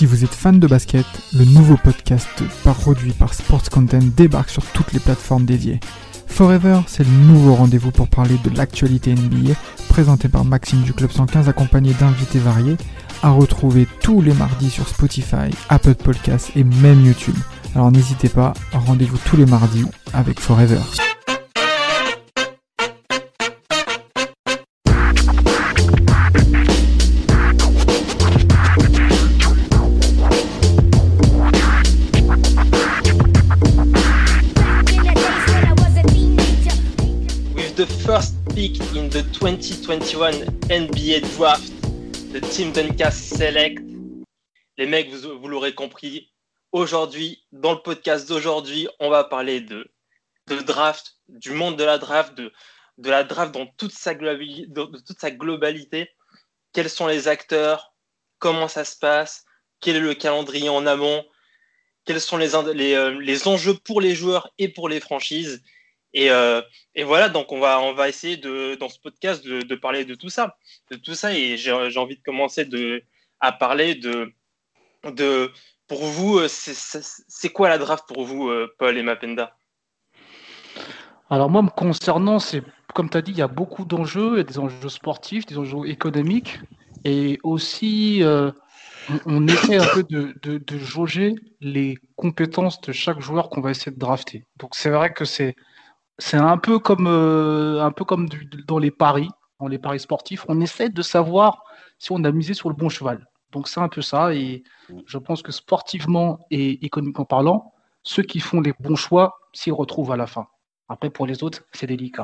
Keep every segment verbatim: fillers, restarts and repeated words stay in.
Si vous êtes fan de basket, le nouveau podcast produit par Sports Content débarque sur toutes les plateformes dédiées. Forever, c'est le nouveau rendez-vous pour parler de l'actualité N B A, présenté par Maxime du Club cent quinze accompagné d'invités variés, à retrouver tous les mardis sur Spotify, Apple Podcasts et même YouTube. Alors n'hésitez pas, rendez-vous tous les mardis avec Forever. First pick in the twenty twenty-one N B A Draft, the Team Duncast Select. Les mecs, vous, vous l'aurez compris, aujourd'hui, dans le podcast d'aujourd'hui, on va parler de, de draft, du monde de la draft, de, de la draft dans toute sa, globali- de, de toute sa globalité. Quels sont les acteurs? Comment ça se passe? Quel est le calendrier en amont? Quels sont les, les, euh, les enjeux pour les joueurs et pour les franchises? Et, euh, et voilà, donc on va, on va essayer de, dans ce podcast de, de parler de tout ça, de tout ça. Et j'ai, j'ai envie de commencer de, à parler de, de pour vous, c'est, c'est, c'est quoi la draft pour vous, Paul et Mapenda? Alors moi, me concernant, c'est comme tu as dit, il y a beaucoup d'enjeux, il y a des enjeux sportifs, des enjeux économiques, et aussi euh, on, on essaie un peu de, de, de jauger les compétences de chaque joueur qu'on va essayer de drafter. Donc c'est vrai que c'est C'est un peu comme, euh, un peu comme du, dans les paris, dans les paris sportifs. On essaie de savoir si on a misé sur le bon cheval. Donc c'est un peu ça. Et je pense que sportivement et économiquement parlant, ceux qui font les bons choix s'y retrouvent à la fin. Après, pour les autres, c'est délicat.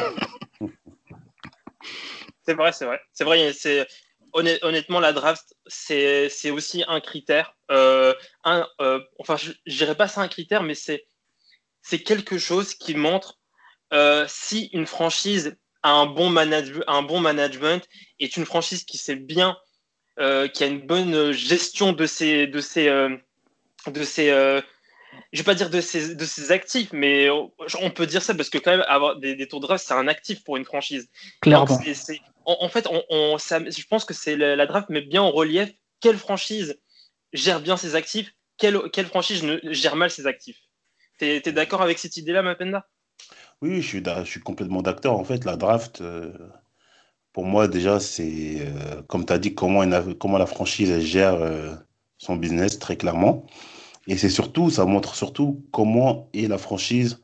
C'est vrai, c'est vrai. C'est vrai, c'est... Honnêtement, la draft, c'est, c'est aussi un critère. Euh, un, euh, enfin, je ne dirais pas ça un critère, mais c'est, c'est quelque chose qui montre Euh, si une franchise a un bon, manage- un bon management, est une franchise qui sait bien, euh, qui a une bonne gestion de ses, de ses, euh, de ses euh, je vais pas dire de ses, de ses actifs, mais on peut dire ça parce que quand même avoir des, des tours de draft, c'est un actif pour une franchise. Clairement. Donc c'est, c'est, en, en fait, on, on, ça, je pense que c'est la, la draft met bien en relief quelle franchise gère bien ses actifs, quelle, quelle franchise ne, gère mal ses actifs. T'es, t'es d'accord avec cette idée-là, Mapenda? Oui, je suis, je suis complètement d'accord. En fait, la draft, euh, pour moi, déjà, c'est, euh, comme tu as dit, comment, une, comment la franchise elle gère euh, son business, très clairement. Et c'est surtout, ça montre surtout comment est la franchise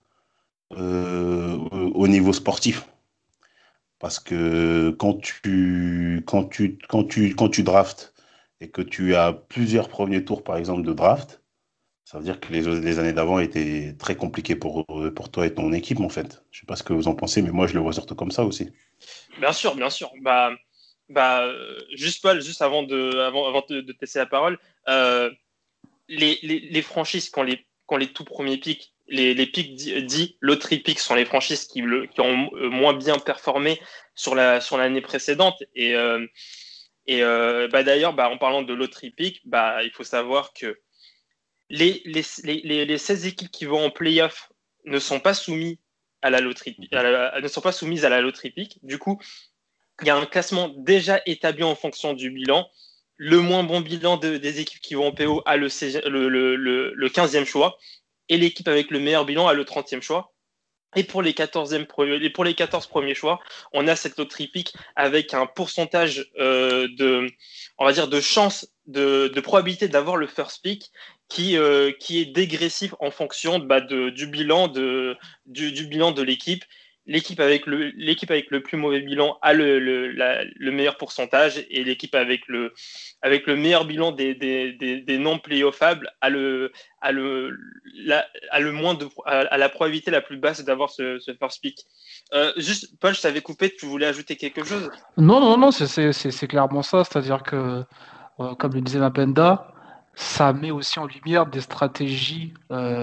euh, au niveau sportif. Parce que quand tu, quand tu, quand tu, quand tu draftes et que tu as plusieurs premiers tours, par exemple, de draft, ça veut dire que les, les années d'avant étaient très compliquées pour, pour toi et ton équipe, en fait. Je ne sais pas ce que vous en pensez, mais moi, je le vois surtout comme ça aussi. Bien sûr, bien sûr. Bah, bah, juste Paul, juste avant de, avant, avant de, de te laisser la parole, euh, les, les, les franchises, quand les, quand les tout premiers pics, les, les pics dits dit, lottery picks sont les franchises qui, le, qui ont moins bien performé sur, la, sur l'année précédente. Et, euh, et euh, bah, d'ailleurs, bah, en parlant de lottery pick, bah, il faut savoir que Les, les, les, les seize équipes qui vont en play-off ne sont pas soumises à la loterie, à la, ne sont pas soumises à la loterie pick. Du coup, il y a un classement déjà établi en fonction du bilan. Le moins bon bilan de, des équipes qui vont en P O a le, le, le, le, le quinzième choix et l'équipe avec le meilleur bilan a le trentième choix. Et pour les, quatorzième, et pour les quatorze premiers choix, on a cette loterie pick avec un pourcentage euh, de, on va dire, de chance, de, de probabilité d'avoir le first pick qui, euh, qui est dégressif en fonction bah, de, du, bilan de, du, du bilan de l'équipe. L'équipe avec le, l'équipe avec le plus mauvais bilan a le, le, la, le meilleur pourcentage et l'équipe avec le, avec le meilleur bilan des, des, des, des non-playoffables a le, a le, la, a le moins de, a la probabilité la plus basse d'avoir ce, ce first pick. Euh, juste, Paul, je t'avais coupé, tu voulais ajouter quelque chose? Non, non, non, c'est, c'est, c'est, c'est clairement ça. C'est-à-dire que, euh, comme le disait Mapenda, ça met aussi en lumière des stratégies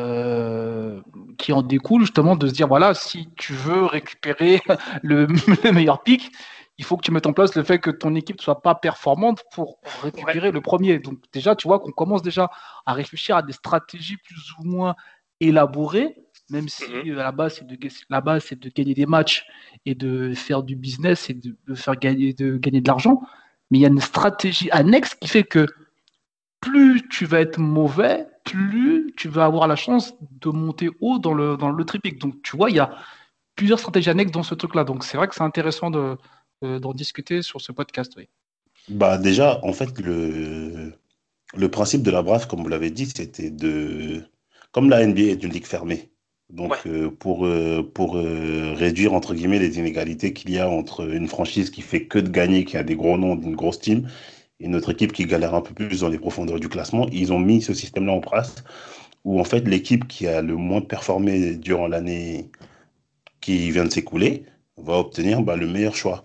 euh, qui en découlent, justement, de se dire, voilà, si tu veux récupérer le, le meilleur pick, il faut que tu mettes en place le fait que ton équipe ne soit pas performante pour récupérer ouais. le premier. Donc déjà, tu vois qu'on commence déjà à réfléchir à des stratégies plus ou moins élaborées, même si mm-hmm. à la base, c'est de, la base, c'est de gagner des matchs et de faire du business et de, de faire gagner de, gagner de l'argent. Mais il y a une stratégie annexe qui fait que plus tu vas être mauvais, plus tu vas avoir la chance de monter haut dans le, dans le tripic. Donc, tu vois, il y a plusieurs stratégies annexes dans ce truc-là. Donc, c'est vrai que c'est intéressant de, de- d'en discuter sur ce podcast. Oui. Bah déjà, en fait, le, le principe de la brasse, comme vous l'avez dit, c'était de... Comme la N B A est une ligue fermée, Ouais, donc euh, pour, euh, pour euh, réduire, entre guillemets, les inégalités qu'il y a entre une franchise qui fait que de gagner, qui a des gros noms, d'une grosse team, et notre équipe qui galère un peu plus dans les profondeurs du classement, ils ont mis ce système-là en place, où en fait, l'équipe qui a le moins performé durant l'année qui vient de s'écouler va obtenir bah, le meilleur choix.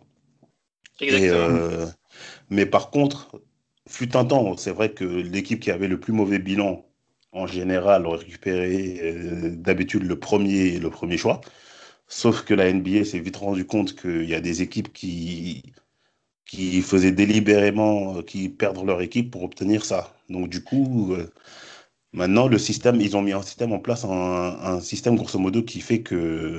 Et, exactement. euh, mais par contre, fut un temps, c'est vrai que l'équipe qui avait le plus mauvais bilan, en général, aurait récupéré euh, d'habitude le premier, le premier choix. Sauf que la N B A s'est vite rendu compte qu'il y a des équipes qui, qui faisaient délibérément, euh, qui perdent leur équipe pour obtenir ça. Donc du coup, euh, maintenant, le système, ils ont mis un système en place, un, un système grosso modo qui fait que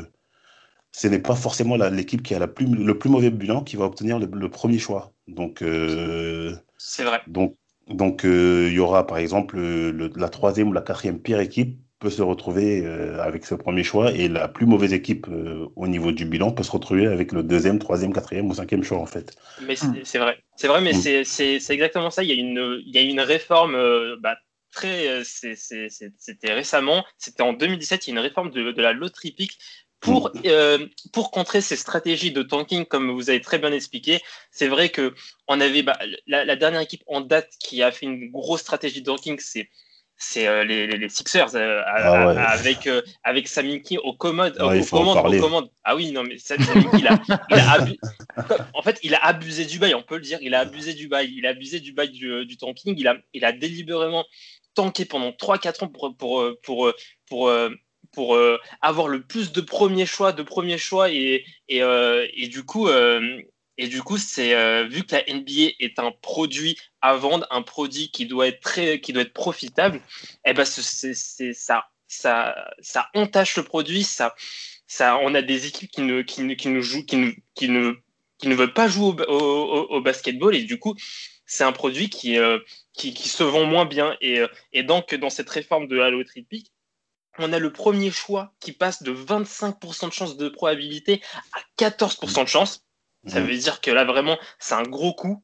ce n'est pas forcément la- l'équipe qui a la plus, le plus mauvais bilan qui va obtenir le, le premier choix. Donc, euh, C'est vrai. donc, donc euh, il y aura par exemple le- le- la troisième ou la quatrième pire équipe peut se retrouver euh, avec ce premier choix et la plus mauvaise équipe euh, au niveau du bilan peut se retrouver avec le deuxième, troisième, quatrième ou cinquième choix en fait. Mais Hmm. c'est c'est vrai. C'est vrai, mais Mm. c'est c'est- c'est exactement ça. Il y a une, il y a une réforme euh, bah, très. euh, c'est- c'est- c'est- C'était récemment, c'était en deux mille dix-sept, il y a une réforme de, de la loterie pick pour, Mm. euh, pour contrer ces stratégies de tanking, comme vous avez très bien expliqué. C'est vrai que on avait bah, la, la dernière équipe en date qui a fait une grosse stratégie de tanking, c'est c'est euh, les, les, les Sixers euh, à- Ah ouais, à- avec euh, avec Saminki aux commodes, aux, ouais, il aux faut en commandes, aux parler. commandes. Ah oui, non mais Sam- Saminki, il a, il a abu- comme- en fait, il a abusé du bail, on peut le dire. Il a abusé du bail. Il a abusé du bail du, du tanking. Il a, il a délibérément tanké pendant trois quatre ans pour, pour, pour, pour, pour, euh, pour euh, avoir le plus de premiers choix, de premiers choix. Et, et, euh, et du coup, euh, et du coup c'est, euh, vu que la N B A est un produit à vendre, un produit qui doit être, très, qui doit être profitable, eh ben, c'est, c'est, ça, ça, ça entache le produit. Ça, ça, on a des équipes qui ne, qui ne, qui ne jouent, qui ne, qui ne qui ne veulent pas jouer au, au, au basketball et du coup c'est un produit qui, euh, qui, qui se vend moins bien et, et donc dans cette réforme de la loterie pick on a le premier choix qui passe de vingt-cinq pour cent de chance de probabilité à quatorze pour cent de chance. Ça Mm. veut dire que là vraiment c'est un gros coup.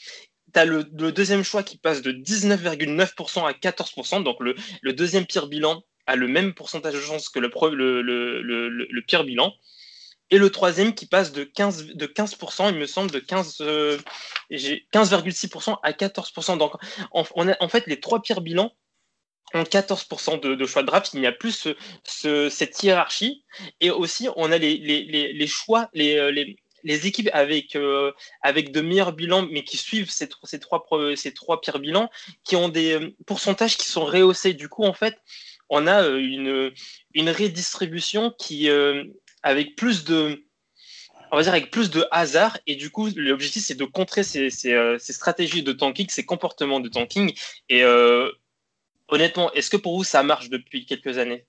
Tu as le, le deuxième choix qui passe de dix-neuf virgule neuf pour cent à quatorze pour cent, donc le, le deuxième pire bilan a le même pourcentage de chance que le, le, le, le, le pire bilan. Et le troisième qui passe de quinze, de quinze pour cent, il me semble, de quinze, euh, quinze virgule six pour cent à quatorze pour cent. Donc, en, on a, en fait, les trois pires bilans ont quatorze pour cent de, de choix de draft. Il n'y a plus ce, ce, cette hiérarchie. Et aussi, on a les, les, les, les choix, les, les, les équipes avec, euh, avec de meilleurs bilans, mais qui suivent ces, ces, trois, ces trois pires bilans, qui ont des pourcentages qui sont rehaussés. Du coup, en fait, on a une, une redistribution qui... Euh, avec plus de, on va dire avec plus de hasard et du coup l'objectif c'est de contrer ces, ces, euh, ces stratégies de tanking, ces comportements de tanking et euh, honnêtement est-ce que pour vous ça marche depuis quelques années?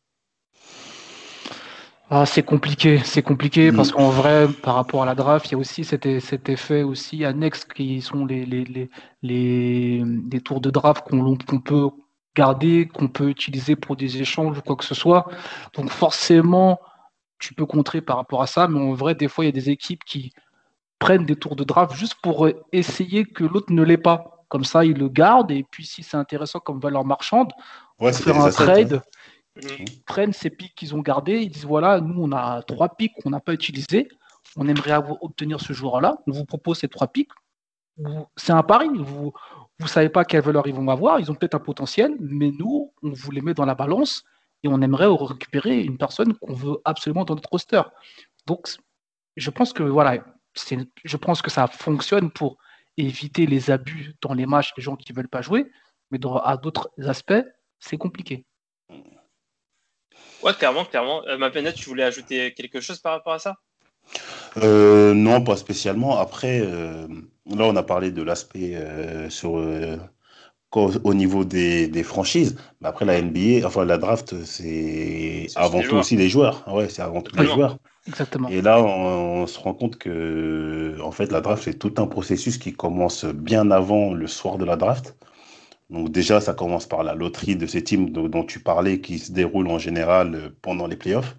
Ah, c'est compliqué, c'est compliqué parce Mm. qu'en vrai, par rapport à la draft, il y a aussi cet, e- cet effet aussi annexe qui sont les, les, les, les, les tours de draft qu'on qu'on peut garder, qu'on peut utiliser pour des échanges ou quoi que ce soit. Donc forcément, tu peux contrer par rapport à ça, mais en vrai, des fois, il y a des équipes qui prennent des tours de draft juste pour essayer que l'autre ne l'ait pas. Comme ça, ils le gardent, et puis si c'est intéressant comme valeur marchande, Ouais, pour c'est faire des un assets. Ouais. trade, Mmh. ils prennent ces pics qu'ils ont gardés, ils disent voilà, nous on a trois pics qu'on n'a pas utilisés, on aimerait avoir, obtenir ce joueur-là, on vous propose ces trois pics, c'est un pari, vous ne savez pas quelle valeur ils vont avoir, ils ont peut-être un potentiel, mais nous, on vous les met dans la balance et on aimerait récupérer une personne qu'on veut absolument dans notre roster. Donc, je pense que voilà, c'est, je pense que ça fonctionne pour éviter les abus dans les matchs des gens qui ne veulent pas jouer, mais dans, à d'autres aspects, c'est compliqué. Ouais, clairement, clairement. Euh, ma planète, tu voulais ajouter quelque chose par rapport à ça? Euh, non, pas spécialement. Après, euh, là, on a parlé de l'aspect euh, sur euh, qu'au- au niveau des, des franchises. Mais après, la Mmh. N B A, enfin, la draft, c'est C'est aussi avant des tout joueurs. aussi les joueurs. Ouais, c'est avant tout les Totalement. joueurs. Exactement. Et là, on, on se rend compte que, en fait, la draft, c'est tout un processus qui commence bien avant le soir de la draft. Donc déjà, ça commence par la loterie de ces teams dont, dont tu parlais qui se déroulent en général euh, pendant les playoffs.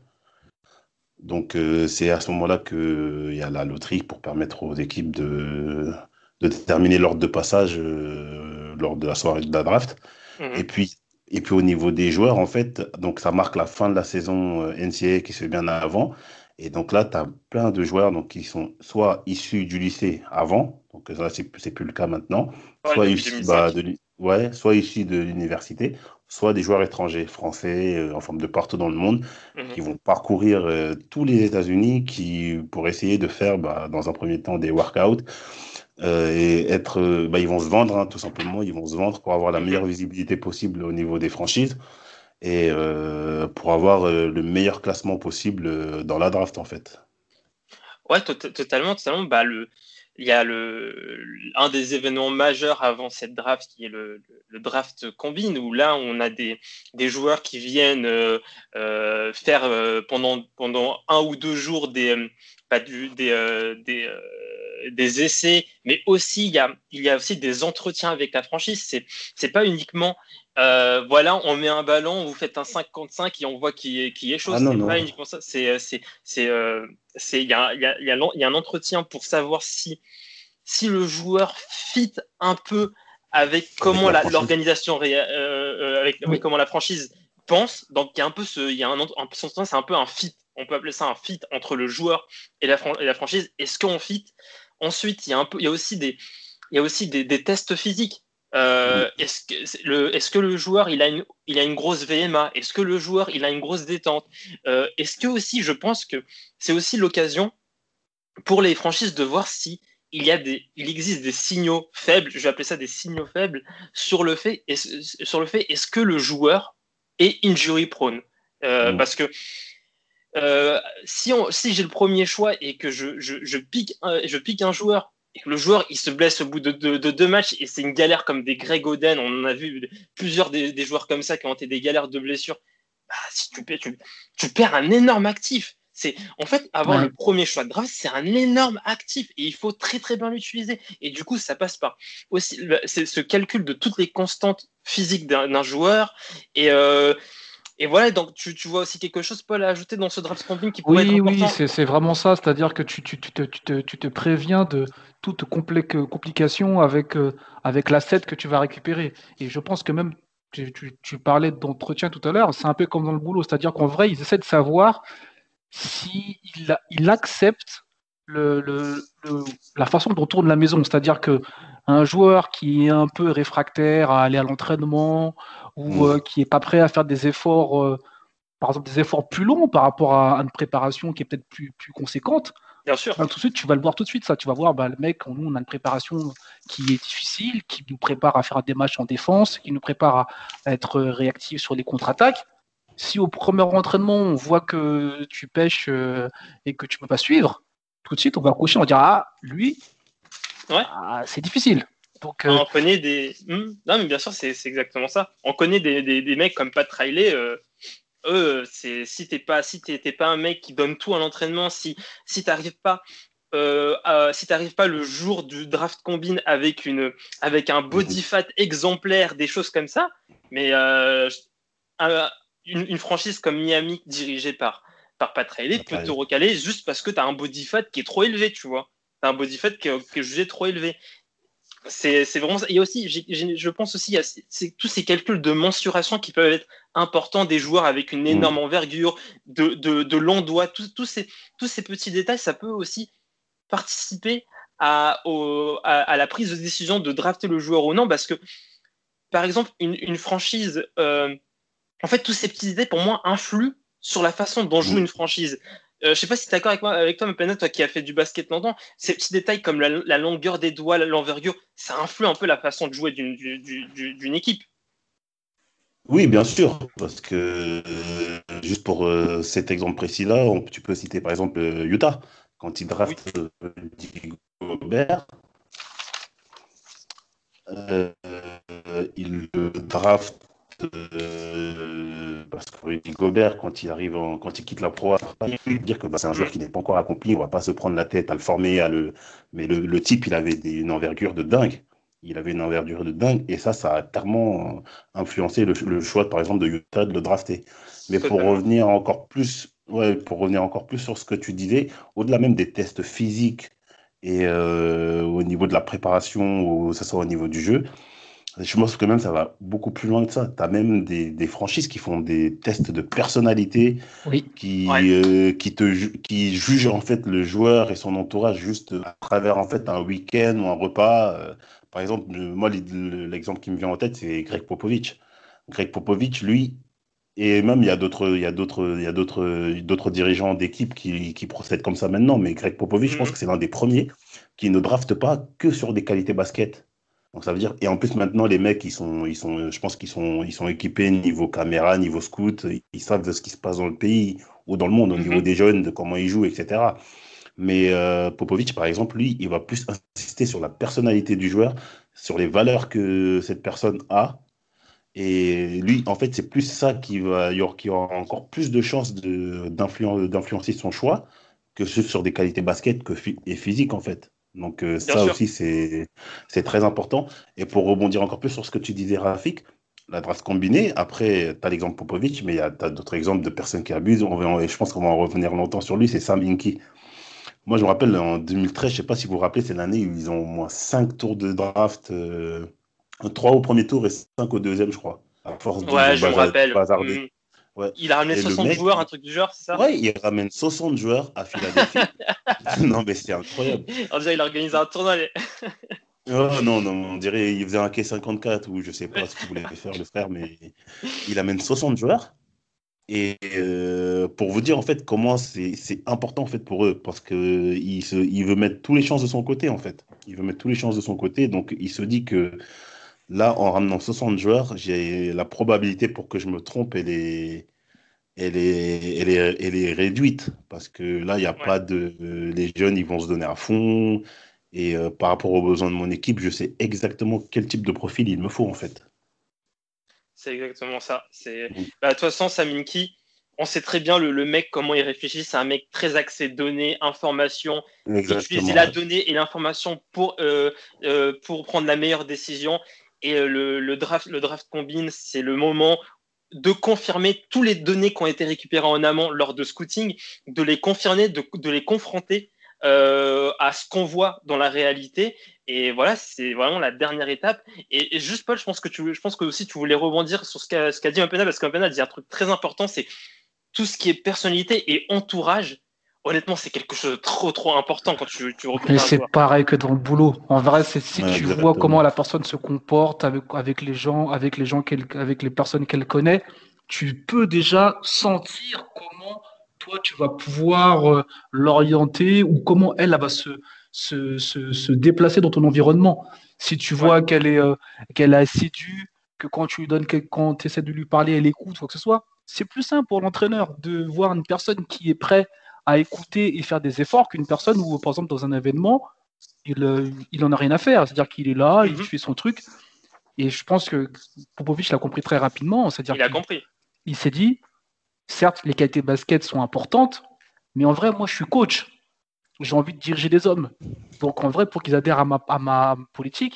Donc euh, c'est à ce moment-là qu'il y a la loterie pour permettre aux équipes de, de déterminer l'ordre de passage euh, lors de la soirée de la draft. Mhm. Et puis, et puis au niveau des joueurs, en fait, donc ça marque la fin de la saison euh, N C A A qui se fait bien avant. Et donc là, tu as plein de joueurs donc, qui sont soit issus du lycée avant, donc ça, c'est, c'est plus le cas maintenant, Ouais, soit depuis issus, bah, deux mille cinq. de, l'u- ouais, soit issus de l'université, soit des joueurs étrangers, français, euh, en forme de partout dans le monde, Mhm. qui vont parcourir euh, tous les États-Unis qui, pour essayer de faire, bah, dans un premier temps, des workouts euh, et être, euh, bah, ils vont se vendre, hein, tout simplement, ils vont se vendre pour avoir la Mhm. meilleure visibilité possible au niveau des franchises et euh, pour avoir euh, le meilleur classement possible euh, dans la draft, en fait. Ouais, to- to- totalement, totalement. Bah, le, il y a le, un des événements majeurs avant cette draft qui est le, le, le draft combine, où là, on a des, des joueurs qui viennent euh, euh, faire euh, pendant, pendant un ou deux jours des, euh, pas du, des, euh, des, euh, des essais, mais aussi, il y a, il y a aussi des entretiens avec la franchise. C'est, c'est pas uniquement, euh, voilà, on met un ballon, vous faites un cinq contre cinq et on voit qui est, qui est chaud. Ah non, C'est pas non. uniquement ça. C'est, c'est, c'est, euh, c'est il y a, y, a, y, a, y a un entretien pour savoir si, si le joueur fit un peu avec Avec comment la la, franchise. l'organisation, ré, euh, avec oui, Oui. comment la franchise pense. Donc il y a un peu ce, il y a un, un c'est un peu un fit. On peut appeler ça un fit entre le joueur et la, et la franchise. Est-ce qu'on fit? Ensuite, il y a un peu, il y a aussi des, il y a aussi des, des tests physiques. Euh, est-ce que le, est-ce que le joueur il a une, il a une grosse V M A? Est-ce que le joueur il a une grosse détente? euh, Est-ce que aussi, je pense que c'est aussi l'occasion pour les franchises de voir si il y a des, il existe des signaux faibles, je vais appeler ça des signaux faibles sur le fait, est, sur le fait, est-ce que le joueur est injury prone? Euh, Mm. parce que euh, si, on, si j'ai le premier choix et que je, je, je, pique, un, je pique un joueur et que le joueur il se blesse au bout de, de, de deux matchs et c'est une galère comme des Greg Oden, on en a vu plusieurs des, des joueurs comme ça qui ont été des galères de blessures, bah, si tu, tu, tu perds un énorme actif. C'est, en fait, avoir Ouais. le premier choix de draft, c'est un énorme actif et il faut très très bien l'utiliser. Et du coup, ça passe par aussi c'est ce calcul de toutes les constantes physiques d'un, d'un joueur. Et, euh, et voilà, donc tu, tu vois aussi quelque chose, Paul, à ajouter dans ce draft combine qui pourrait être Oui, oui, important. c'est, c'est vraiment ça. C'est-à-dire que tu, tu, tu, te, tu, te, tu te préviens de toute complé- complication avec, euh, avec l'asset que tu vas récupérer. Et je pense que même, tu, tu, tu parlais d'entretien tout à l'heure, c'est un peu comme dans le boulot. C'est-à-dire qu'en vrai, ils essaient de savoir si il, il accepte le, le, le- la façon dont tourne la maison. C'est-à-dire que un joueur qui est un peu réfractaire à aller à l'entraînement ou Mm. euh, qui est pas prêt à faire des efforts, euh, par exemple des efforts plus longs par rapport à une préparation qui est peut-être plus, plus conséquente, Bien sûr. ben, tout de suite, tu vas le voir tout de suite, ça. Tu vas voir, ben, le mec, nous, on a une préparation qui est difficile, qui nous prépare à faire des matchs en défense, qui nous prépare à, à être réactif sur les contre-attaques. Si au premier entraînement, on voit que tu pêches euh, et que tu ne peux pas suivre, tout de suite, on va cocher, on va dire, ah, lui, Ouais. ah, c'est difficile. Donc, Ah, euh, on connaît des. Hmm. Non, mais bien sûr, c'est, c'est exactement ça. On connaît des, des, des mecs comme Pat Riley. Euh, eux, c'est, si t'es pas, si t'es, t'es pas un mec qui donne tout à l'entraînement, si, si t'arrives pas. Euh, euh, si t'arrives pas le jour du draft combine avec une avec un body fat exemplaire, des choses comme ça, mais euh, un- une, une franchise comme Miami dirigée par par Pat Riley peut te recaler juste parce que t'as un body fat qui est trop élevé, tu vois. T'as un body fat qui est, qui est jugé trop élevé. C'est, c'est vraiment ça. Il y a aussi, j'ai, j'ai, je pense aussi, il y a c'est, tous ces calculs de mensuration qui peuvent être importants des joueurs avec une énorme envergure, de, de, de longs doigts, tous, tous, ces, tous ces petits détails, ça peut aussi participer à, au, à, à la prise de décision de drafter le joueur ou non, parce que, par exemple, une, une franchise, euh, en fait, tous ces petits détails, pour moi, influent sur la façon dont joue une franchise. Euh, je ne sais pas si tu es d'accord avec moi, avec toi, Mepena, toi qui as fait du basket longtemps, ces petits détails comme la, la longueur des doigts, l'envergure, ça influe un peu la façon de jouer d'une, d'une, d'une équipe. Oui, bien sûr, parce que euh, juste pour euh, cet exemple précis-là, on- tu peux citer par exemple euh, Utah, quand ils draftent Oui. euh, Rudy Gobert, euh, euh, ils le draftent euh, parce que Rudy Gobert, quand il arrive, en- quand il quitte la pro, il va dire que bah, c'est un joueur qui n'est pas encore accompli, on va pas se prendre la tête à le former, à le... mais le, le type, il avait des- une envergure de dingue. Il avait une envergure de dingue. Et ça, ça a clairement influencé le, le choix, par exemple, de Utah de le drafter. Mais pour Totalement. revenir encore plus, ouais, pour revenir encore plus sur ce que tu disais, au-delà même des tests physiques et euh, au niveau de la préparation, ou que ce soit au niveau du jeu, je pense que même ça va beaucoup plus loin que ça. Tu as même des, des franchises qui font des tests de personnalité, Oui. Ouais. qui, euh, qui, te, ju- qui jugent en fait le joueur et son entourage juste à travers en fait un week-end ou un repas. Euh, par exemple, le- moi, le- l'exemple qui me vient en tête, c'est Greg Popovich. Greg Popovich, lui, et même il y a d'autres, il y a d'autres, il y a d'autres, d'autres dirigeants d'équipe qui, qui procèdent comme ça maintenant, mais Greg Popovich, je pense Mhm. que c'est l'un des premiers qui ne drafte pas que sur des qualités basket. Donc ça veut dire, et en plus maintenant les mecs ils sont, ils sont, je pense qu'ils sont, ils sont équipés niveau caméra, niveau scout, ils savent de ce qui se passe dans le pays ou dans le monde au niveau Mhm. des jeunes, de comment ils jouent, et cetera. Mais euh, Popovic par exemple, lui, il va plus insister sur la personnalité du joueur, sur les valeurs que cette personne a. Et lui, en fait, c'est plus ça qui va, il y aura, qui aura encore plus de chances de, d'influen- d'influencer son choix que ce sur des qualités basket que phy- et physique, en fait. Donc, euh, Bien ça sûr. aussi, c'est, c'est très important. Et pour rebondir encore plus sur ce que tu disais, Rafik, la draft combinée, après, tu as l'exemple Popovic, mais il y a t'as d'autres exemples de personnes qui abusent. On va, en- et je pense qu'on va en revenir longtemps sur lui, c'est Sam Hinkie. Moi, je me rappelle en deux mille treize, je ne sais pas si vous vous rappelez, c'est l'année où ils ont au moins cinq tours de draft, euh, trois au premier tour et cinq au deuxième, je crois. À force de, ils Ouais, ont je me baza- rappelle. bazardé. Mhm. Ouais. Il a ramené Et le soixante mec, joueurs, un il, truc du genre, c'est ça? ouais, il ramène soixante joueurs à Philadelphie. Non, mais c'est incroyable. On dirait qu'il a organisé un tournoi. les- Oh, non, non, on dirait qu'il faisait un K cinquante-quatre ou je sais pas ce qu'il voulait faire, le frère, mais il amène soixante joueurs. Et euh, pour vous dire en fait comment c'est c'est important en fait pour eux, parce que il se, il veut mettre tous les chances de son côté en fait. Il veut mettre tous les chances de son côté, donc il se dit que là, en ramenant soixante joueurs, j'ai la probabilité pour que je me trompe, elle est, elle est, elle est, elle est réduite, parce que là, il n'y a Ouais, pas de, les jeunes, ils vont se donner à fond, et euh, par rapport aux besoins de mon équipe, je sais exactement quel type de profil il me faut en fait. c'est exactement ça. C'est... Bah, de toute façon, Saminki, on sait très bien le, le mec, comment il réfléchit. C'est un mec très axé données, informations, utiliser Exactement, la ouais. donnée et l'information pour, euh, euh, pour prendre la meilleure décision. Et euh, le, le, draft, le draft combine, c'est le moment de confirmer tous les données qui ont été récupérées en amont lors de scouting, de les confirmer, de, de les confronter euh, à ce qu'on voit dans la réalité. Et voilà, c'est vraiment la dernière étape. Et, et juste, Paul, je pense que tu, je pense que aussi tu voulais rebondir sur ce qu'a, ce qu'a dit Mpena, parce qu'Mpena dit un truc très important, c'est tout ce qui est personnalité et entourage. Honnêtement, c'est quelque chose de trop, trop important quand tu, tu recrutes Mais un c'est joueur. pareil que dans le boulot. En vrai, c'est si Ouais, tu vois exactement. comment la personne se comporte avec, avec les gens, avec les gens qu'elle, avec les personnes qu'elle connaît, tu peux déjà sentir comment toi tu vas pouvoir euh, l'orienter ou comment elle, elle va se, se, se, se déplacer dans ton environnement. Si tu Ouais, vois qu'elle est, euh, qu'elle est assidue, que quand tu lui donnes, quel- quand tu essaies de lui parler, elle écoute, quoi que ce soit, c'est plus simple pour l'entraîneur de voir une personne qui est prête à écouter et faire des efforts qu'une personne où, par exemple, dans un événement, il, euh, il en a rien à faire. C'est-à-dire qu'il est là, il mm-hmm. fait son truc. Et je pense que Popovic l'a compris très rapidement. C'est-à-dire Il a qu'il compris. il s'est dit, certes, les qualités basket sont importantes, mais en vrai, moi, je suis coach. J'ai envie de diriger des hommes. Donc, en vrai, pour qu'ils adhèrent à ma, à ma politique,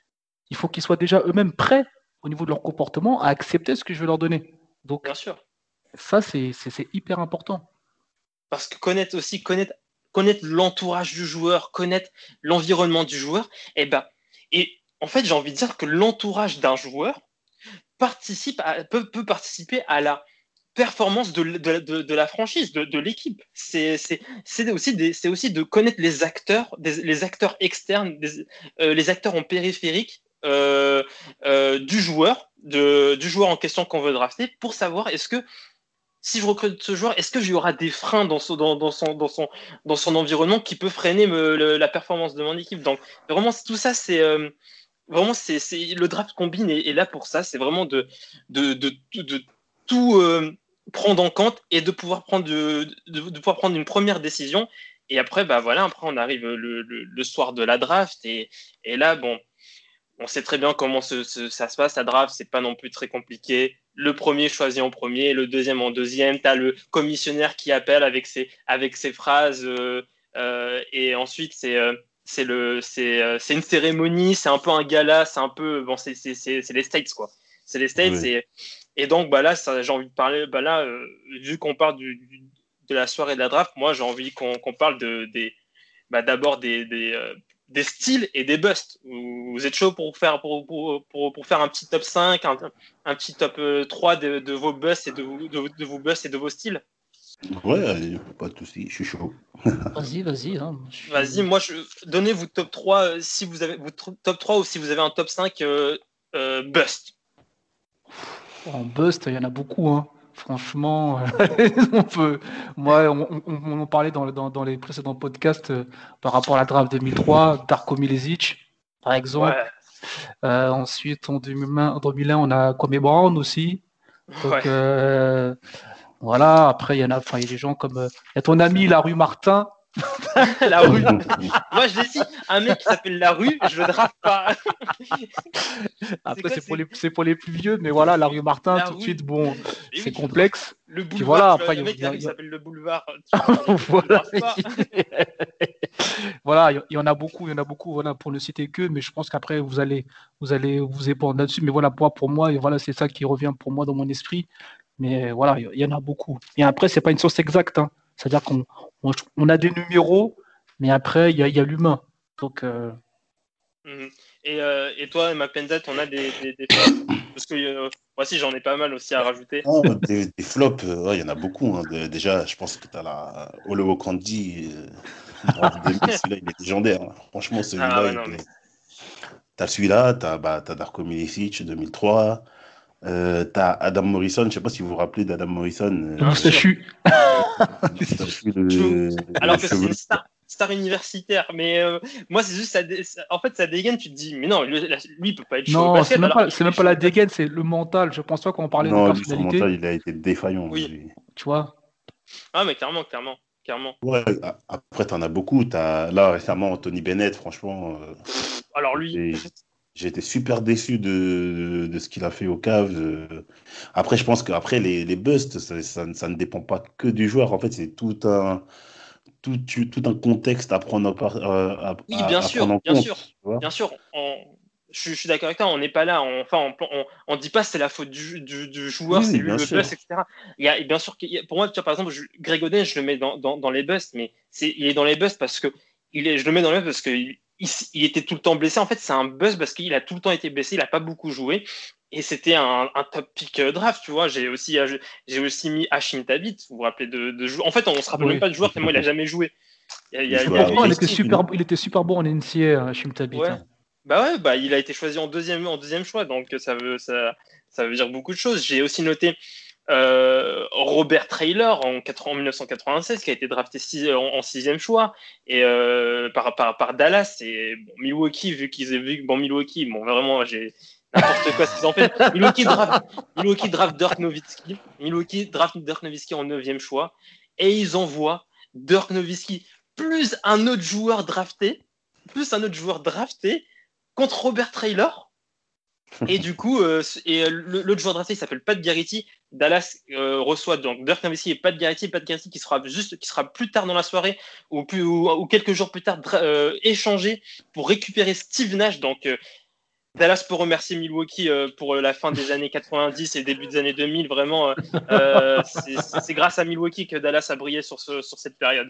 il faut qu'ils soient déjà eux-mêmes prêts au niveau de leur comportement à accepter ce que je vais leur donner. Donc, Bien sûr. ça, c'est c'est- c'est hyper important. Parce que connaître aussi, connaître, connaître l'entourage du joueur, connaître l'environnement du joueur, et ben, et en fait, j'ai envie de dire que l'entourage d'un joueur participe à, peut, peut participer à la performance de, de, de, de la franchise, de, de l'équipe. C'est, c'est, c'est, aussi des, c'est aussi de connaître les acteurs, des, les acteurs externes, des, euh, les acteurs en périphérique euh, euh, du joueur, de, du joueur en question qu'on veut drafter, pour savoir est-ce que si je recrute ce joueur, est-ce qu'il y aura des freins dans son, dans, dans son, dans son, dans son environnement qui peut freiner me, le, la performance de mon équipe. Donc, vraiment, tout ça, c'est euh, vraiment, c'est, c'est le draft combine est, est là pour ça. C'est vraiment de, de, de, de, de tout euh, prendre en compte et de pouvoir prendre, de, de, de pouvoir prendre une première décision. Et après, bah voilà, après, on arrive le, le, le soir de la draft. Et, et là, bon, on sait très bien comment ce, ce, ça se passe. La draft, c'est pas non plus très compliqué. Le premier choisit en premier, le deuxième en deuxième. Tu as le commissionnaire qui appelle avec ses, avec ses phrases. Euh, euh, et ensuite, c'est, euh, c'est le, c'est, euh, c'est une cérémonie, c'est un peu un gala, c'est un peu, bon, c'est, c'est, c'est, c'est les States quoi. C'est les States Oui. et, et donc bah là, ça, j'ai envie de parler, bah là, euh, vu qu'on parle du, du- de la soirée de la draft, moi j'ai envie qu'on, qu'on parle de, des, bah d'abord des, des, euh, des styles et des busts. Vous, vous êtes chaud pour faire, pour, pour, pour, pour faire un petit top cinq, un, un petit top euh, trois de, de vos busts et de, vos- de, de vos busts et de vos styles. Ouais, allez, pas de souci, je suis chaud. Vas-y, vas-y. Hein, je suis- Vas-y, moi, je, donnez vous top trois euh, si vous avez votre top trois ou si vous avez un top cinq euh, euh, bust. En bust, il y en a beaucoup. Hein. Franchement, on peut. Moi, on, on- on en parlait dans, dans- dans les précédents podcasts euh, par rapport à la draft deux mille trois, Darko Milicic, par exemple. Ouais, Euh, ensuite, en deux mille un, en deux mille un, on a Kwame Brown aussi. ouais. Donc, euh, voilà. Après, il y en a, enfin, il y a des gens comme. euh, Il y a ton ami, la rue Martin. La rue. Moi, je l'ai dit, un mec qui s'appelle La Rue, je le drape pas. Après, quoi, c'est pour c'est- les, c'est pour les plus vieux, mais voilà, la rue Martin, La tout de Rue. suite, bon, Et c'est oui, tu- complexe. le Puis boulevard, voilà, tu vois, après, il un y a- mec il y a- qui il y a- s'appelle le boulevard. Tu, tu, tu le voilà, drapes pas. voilà, il y en a beaucoup, il y en a beaucoup, voilà, pour ne citer que, mais je pense qu'après vous allez, vous allez vous épandre là-dessus. Mais voilà, pour, pour moi, et voilà, c'est ça qui revient pour moi dans mon esprit. Mais voilà, il y en a beaucoup. Et après, c'est pas une source exacte, hein. C'est-à-dire qu'on on, on a des numéros, mais après, il y a, il y a l'humain. Donc, euh, Mhm. Et, euh, et toi, McPenzet, on a des, des, des flops parce que euh, moi aussi, j'en ai pas mal aussi à rajouter. Ah, des, des flops, euh, ouais, il y en a beaucoup. Hein. De- déjà, je pense que tu as la Olowo Kandi, euh, draft deux mille, celui-là, il est légendaire. Hein. Franchement, Ah celui-là, ouais, il non, mais est... T'as celui-là, t'as bah, t'as Darko Milicic deux mille trois, euh, t'as Adam Morrison, je sais pas si vous vous rappelez d'Adam Morrison, le bien euh, sûr. moustachu. moustachu, Je- le, le Alors que c'est cheveu. une star, star universitaire, mais euh, moi, c'est juste, ça, dé- ça- en fait, ça dégaine, tu te dis, mais non, lui, la- lui, il peut pas être chaud au Non, c'est basket, même alors pas, qu'il c'est est même pas chaud la au basket. dégaine, c'est le mental. Je pense pas qu'on parlait de Non, lui, son personnalité, mental, il a été défaillant. Oui. Lui. tu vois. Ah, mais clairement, clairement, clairement. Ouais, a- après, t'en as beaucoup. T'as, là, récemment, Anthony Bennett, franchement, euh, Alors lui, j'ai j'ai été super déçu de, de ce qu'il a fait au Cavs. euh. Après, je pense qu'après, les, les busts, ça, ça- ça ne dépend pas que du joueur. En fait, c'est tout un, tout, tu- tout un contexte à prendre en, par- euh, à, oui, bien à- à prendre sûr, en bien compte. sûr, Tu vois. bien sûr. On- je, je suis d'accord avec toi, on n'est pas là, on, enfin, on, on, on dit pas c'est la faute du, du, du joueur, Oui, c'est oui, lui bien le sûr. bust, et cetera. Il y a, et bien sûr, qu'il y a- pour moi, tu vois, par exemple, je, Greg Oden, je le mets dans, dans, dans les busts, mais c'est, il est dans les busts parce que il est, je le mets dans les busts parce que il, il, il était tout le temps blessé. En fait, c'est un bust parce qu'il a tout le temps été blessé, il a pas beaucoup joué. Et c'était un, un top pick euh, draft, tu vois. J'ai aussi, euh, j'ai aussi mis Hashim Tabit. Vous vous rappelez de, de joueurs. En fait, on se rappelle Oui. même pas de joueur tellement il a jamais joué. Il y a, il y a- Il il jouait y a à lui, Pourtant, il et était O K C, Steve. super, non. il était super bon en N C A A, Hashim Thabit. Ouais. Hein. Bah ouais, bah il a été choisi en deuxième, en deuxième choix, donc ça veut, ça, ça veut dire beaucoup de choses. J'ai aussi noté euh, Robert Traylor en, en mille neuf cent quatre-vingt-seize, qui a été drafté six, en, en sixième choix et euh, par, par, par Dallas et bon, Milwaukee, vu qu'ils aient vu bon Milwaukee, bon vraiment j'ai n'importe quoi ce qu'ils ont fait. Milwaukee draft, Milwaukee draft Dirk Nowitzki, Milwaukee draft Dirk Nowitzki en neuvième choix et ils envoient Dirk Nowitzki plus un autre joueur drafté, plus un autre joueur drafté contre Robert Traylor. Et du coup, euh, et le, l'autre joueur drafté, il s'appelle Pat Garrity. Dallas euh, reçoit donc Dirk Nowitzki et Pat Garrity. Pat Garrity qui sera juste, qui sera plus tard dans la soirée ou, plus, ou, ou quelques jours plus tard euh, échangé pour récupérer Steve Nash. Donc euh, Dallas peut remercier Milwaukee euh, pour la fin des années quatre-vingt-dix et début des années deux mille. Vraiment, euh, c'est, c'est grâce à Milwaukee que Dallas a brillé sur, ce, sur cette période.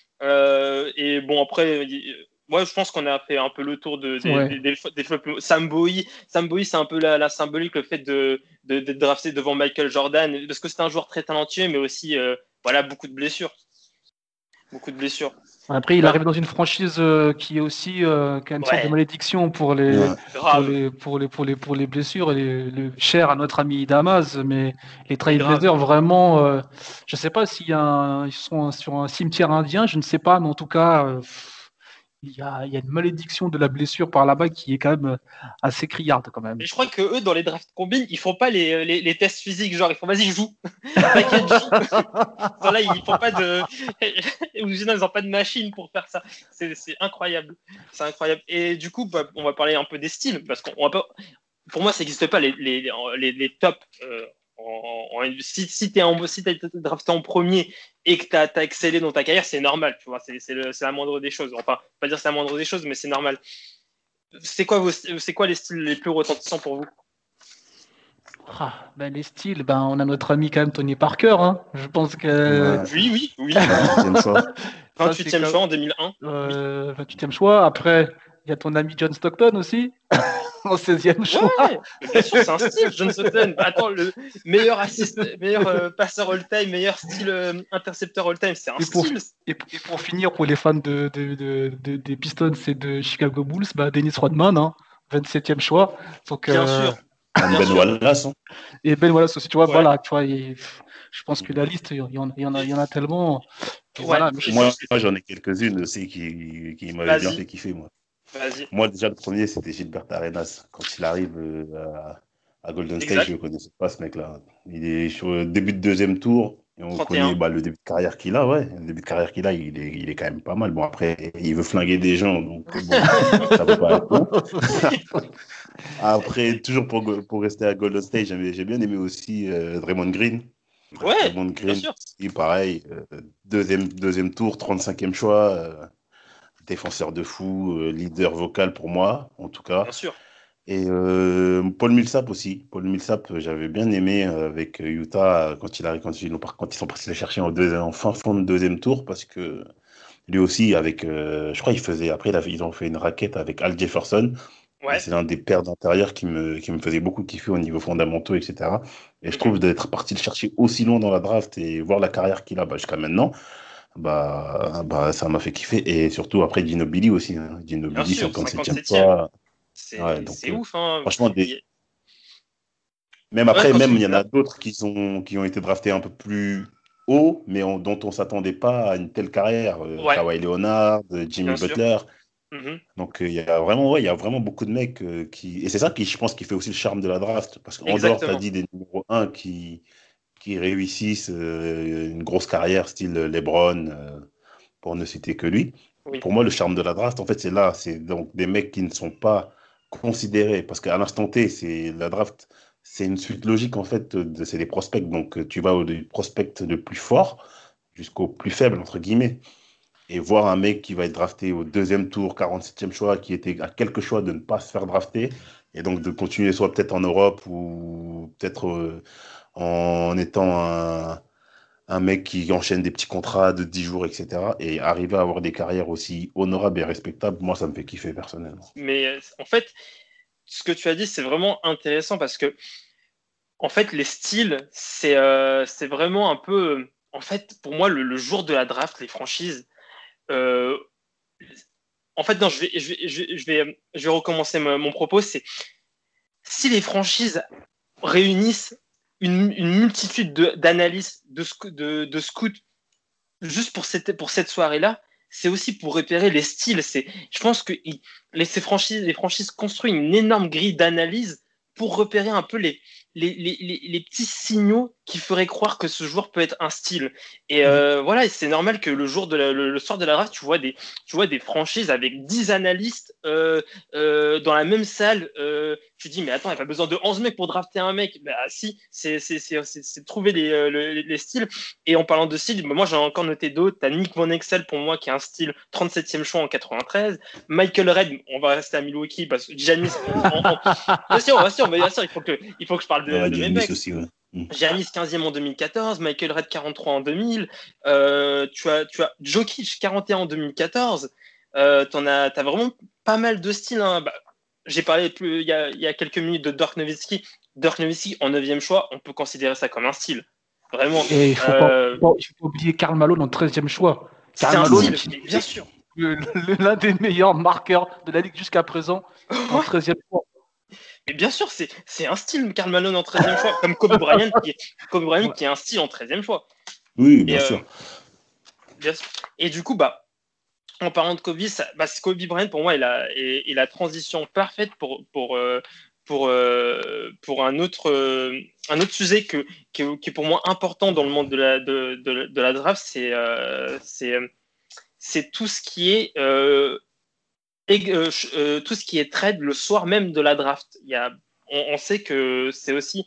Euh, et bon, après, moi, je pense qu'on a fait un peu le tour de, des, Ouais. des, des, des flops. Sam Bowie, Sam Bowie, c'est un peu la, la symbolique, le fait de, de, d'être drafté devant Michael Jordan, parce que c'est un joueur très talentueux, mais aussi, euh, voilà, beaucoup de blessures. Beaucoup de blessures. Après, il Ouais. arrive dans une franchise euh, qui est aussi euh, qui a une sorte Ouais. de malédiction pour les, Ouais. pour Grave. les, pour les, pour les, pour les blessures, et les, le cher à notre ami Damas. Mais les grave. Trailblazers, vraiment, euh, je sais pas s'il y a un- ils sont sur un cimetière indien, je ne sais pas, mais en tout cas, euh, il y a, il y a une malédiction de la blessure par là-bas qui est quand même euh, assez criarde quand même. Mais je crois que eux, dans les drafts combines, ils font pas les, les, les tests physiques, genre ils font vas-y joue, t'inquiète joue. Genre là ils font pas de, ou sinon ils ont pas de machine pour faire ça. C'est, c'est incroyable, c'est incroyable. Et du coup, bah, on va parler un peu des styles parce qu'on va pas, pour moi ça n'existe pas les les les, les tops euh, en, en, en, si si tu es si été drafté en premier et que tu as excellé dans ta carrière, c'est normal, tu vois, c'est, c'est, le, c'est la moindre des choses. Enfin, pas dire c'est la moindre des choses, mais c'est normal. C'est quoi, vos, c'est quoi les styles les plus retentissants pour vous? Ah, ben les styles, ben on a notre ami quand même Tony Parker. Hein. Je pense que. Ouais. Oui, oui, oui. vingt-huitième choix. vingt-huitième choix en deux mille un. Euh, vingt-huitième choix. Après, il y a ton ami John Stockton aussi. En seizième choix. Ouais, bien sûr, c'est un style, John Stockton. Attends, le meilleur assist, meilleur euh, passeur all-time, meilleur style euh, intercepteur all-time, c'est un et pour, style. Et pour, et pour finir, pour les fans de, de, de, de, des Pistons et de Chicago Bulls, bah Dennis Rodman, hein, vingt-septième choix. Donc, bien euh, sûr. Bien Ben sûr. Wallace. Hein. Et Ben Wallace aussi, tu vois, ouais. voilà, tu vois, et, je pense que la liste, il y en, il y en, a, il y en a tellement. Ouais. Voilà, moi, moi, j'en ai quelques-unes aussi qui, qui m'avaient bien fait kiffer, moi. Vas-y. Moi, déjà, le premier, c'était Gilbert Arenas. Quand il arrive euh, à, à Golden State, exact. Je ne connaissais pas ce mec-là. Il est sur le début de deuxième tour. Et on trente et un. Connaît bah, le début de carrière qu'il a, ouais. Le début de carrière qu'il a, il est, il est quand même pas mal. Bon, après, il veut flinguer des gens, donc bon, ça peut pas être bon. Après, toujours pour, pour rester à Golden State, j'ai, j'ai bien aimé aussi euh, Draymond Green. Ouais, Draymond Green, il pareil, euh, deuxième, deuxième tour, trente-cinquième choix. Euh, défenseur de fou, euh, leader vocal pour moi, en tout cas. Bien sûr. Et euh, Paul Millsap aussi. Paul Millsap, j'avais bien aimé euh, avec Utah quand, il a, quand, ils, quand ils sont partis le chercher en, deuxième, en fin fond de deuxième tour, parce que lui aussi, avec, euh, je crois qu'il faisait, après il a, ils ont fait une raquette avec Al Jefferson. Ouais. C'est l'un des paires d'intérieur qui me, qui me faisait beaucoup kiffer au niveau fondamentaux, et cetera. Et je trouve d'être parti le chercher aussi loin dans la draft et voir la carrière qu'il a bah, jusqu'à maintenant, bah, bah, ça m'a fait kiffer. Et surtout après Ginobili aussi. Hein. Ginobili, cinquante-septième fois. C'est, ouais, donc, c'est euh, ouf. Hein. Franchement, des... même après, ouais, même il y en a d'autres qui, sont, qui ont été draftés un peu plus haut, mais on, dont on ne s'attendait pas à une telle carrière. Ouais. Kawhi Leonard, Jimmy Bien Butler. Mm-hmm. Donc il y a vraiment, ouais, il y a vraiment beaucoup de mecs euh, qui. Et c'est ça qui, je pense, qui fait aussi le charme de la draft. Parce qu'en dehors, tu as dit des numéros un qui, qui réussissent euh, une grosse carrière, style LeBron, euh, pour ne citer que lui. Oui. Pour moi, le charme de la draft, en fait, c'est là. C'est donc des mecs qui ne sont pas considérés. Parce qu'à l'instant T, c'est la draft, c'est une suite logique, en fait, de, c'est des prospects. Donc tu vas au prospect le plus fort jusqu'au plus faible, entre guillemets. Et voir un mec qui va être drafté au deuxième tour, quarante-septième choix, qui était à quelques choix de ne pas se faire drafter, et donc de continuer soit peut-être en Europe ou peut-être euh, en étant un, un mec qui enchaîne des petits contrats de dix jours, et cetera. Et arriver à avoir des carrières aussi honorables et respectables, moi, ça me fait kiffer personnellement. Mais en fait, ce que tu as dit, c'est vraiment intéressant parce que, en fait, les styles, c'est, euh, c'est vraiment un peu... En fait, pour moi, le, le jour de la draft, les franchises, Euh, en fait, non, je vais, je vais, je vais, je vais, je vais recommencer mon, mon propos. C'est si les franchises réunissent une, une multitude de, d'analyses, de, de, de scouts juste pour cette, pour cette soirée-là, c'est aussi pour repérer les styles. C'est, je pense que les, ces franchises, les franchises construisent une énorme grille d'analyse pour repérer un peu les, les, les, les, les petits signaux qui feraient croire que ce joueur peut être un style. Et euh, mmh. voilà, et c'est normal que le jour de la, le, le soir de la draft, tu vois des, tu vois des franchises avec dix analystes euh, euh, dans la même salle. Euh, tu dis, mais attends, il n'y a pas besoin de onze mecs pour drafter un mec. Bah si, c'est, c'est, c'est, c'est, c'est trouver les, les, les styles. Et en parlant de style, bah, moi j'en ai encore noté d'autres. Tu as Nick Van Exel pour moi qui a un style trente-septième choix en quatre-vingt-treize. Michael Redd, on va rester à Milwaukee parce que Giannis. en, en... Bien sûr, bien sûr, bien sûr, il faut que, il faut que je parle de, ouais, de mes mecs. Aussi, ouais. Giannis quinzième en deux mille quatorze, Michael Redd quarante-trois en deux mille, euh, tu as, tu as Jokic quarante et un en deux mille quatorze, euh, t'en as, t'as vraiment pas mal de styles. Hein. Bah, j'ai parlé plus, il, y a, il y a quelques minutes de Dirk Nowitzki. Dirk Nowitzki en neuvième choix, on peut considérer ça comme un style. Vraiment. Et il faut, euh, pas, faut pas oublier Karl Malone en treizième choix. C'est Karl un Malone, style, bien sûr. Le, le, l'un des meilleurs marqueurs de la ligue jusqu'à présent en treizième choix. Mais bien sûr, c'est, c'est un style, Karl Malone en treizième choix, comme Kobe Bryant, qui est, Kobe Bryant ouais. qui est un style en treizième choix. Oui, bien, et, sûr. Euh, bien sûr. Et du coup, bah, en parlant de Kobe, ça, bah, Kobe Bryant, pour moi, est la, est, est la transition parfaite pour, pour, euh, pour, euh, pour un, autre, euh, un autre sujet que, qui, est, qui est pour moi important dans le monde de la, de, de, de la draft, c'est, euh, c'est, c'est tout ce qui est... Euh, Et euh, euh, tout ce qui est trade le soir même de la draft. Il y a, on, on sait que c'est aussi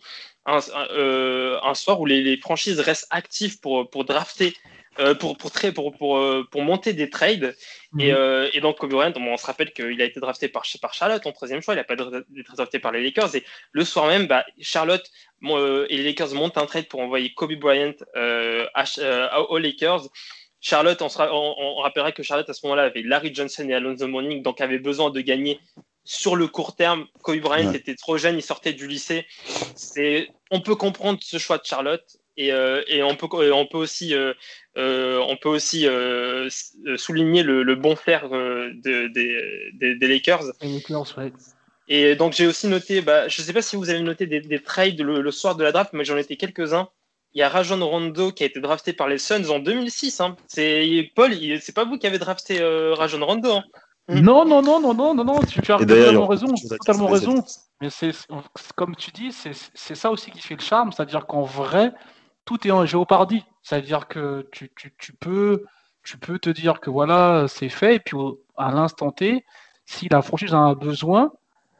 un, un, euh, un soir où les, les franchises restent actives pour, pour drafter, euh, pour, pour, pour, pour, pour, pour monter des trades. Mm-hmm. Et, euh, et donc, Kobe Bryant, on, on se rappelle qu'il a été drafté par, par Charlotte en troisième choix, il n'a pas été drafté par les Lakers. Et le soir même, bah, Charlotte euh, et les Lakers montent un trade pour envoyer Kobe Bryant euh, à, euh, aux Lakers. Charlotte, on, sera, on, on rappellera que Charlotte, à ce moment-là, avait Larry Johnson et Alonzo Mourning, donc avait besoin de gagner sur le court terme. Kobe Bryant ouais. était trop jeune, il sortait du lycée. C'est, on peut comprendre ce choix de Charlotte et, euh, et on, peut, on peut aussi, euh, euh, on peut aussi euh, souligner le, le bon flair euh, de, de, de, des Lakers. Les Lakers, ouais. Et donc, j'ai aussi noté, bah, je ne sais pas si vous avez noté des, des trades le, le soir de la draft, mais j'en ai noté quelques-uns. Il y a Rajon Rondo qui a été drafté par les Suns en deux mille six. Hein. C'est Paul, il, c'est pas vous qui avez drafté euh, Rajon Rondo. Hein. Non, non, non, non, non, non, non, tu, tu as totalement raison, totalement raison. Mais c'est, comme tu dis, c'est, c'est ça aussi qui fait le charme, c'est-à-dire qu'en vrai, tout est en géopardie. C'est-à-dire que tu, tu, tu, peux, tu peux te dire que voilà, c'est fait, et puis à l'instant T, si la franchise en a besoin,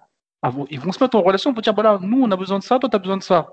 ils vont se mettre en relation pour dire voilà, nous on a besoin de ça, toi tu as besoin de ça.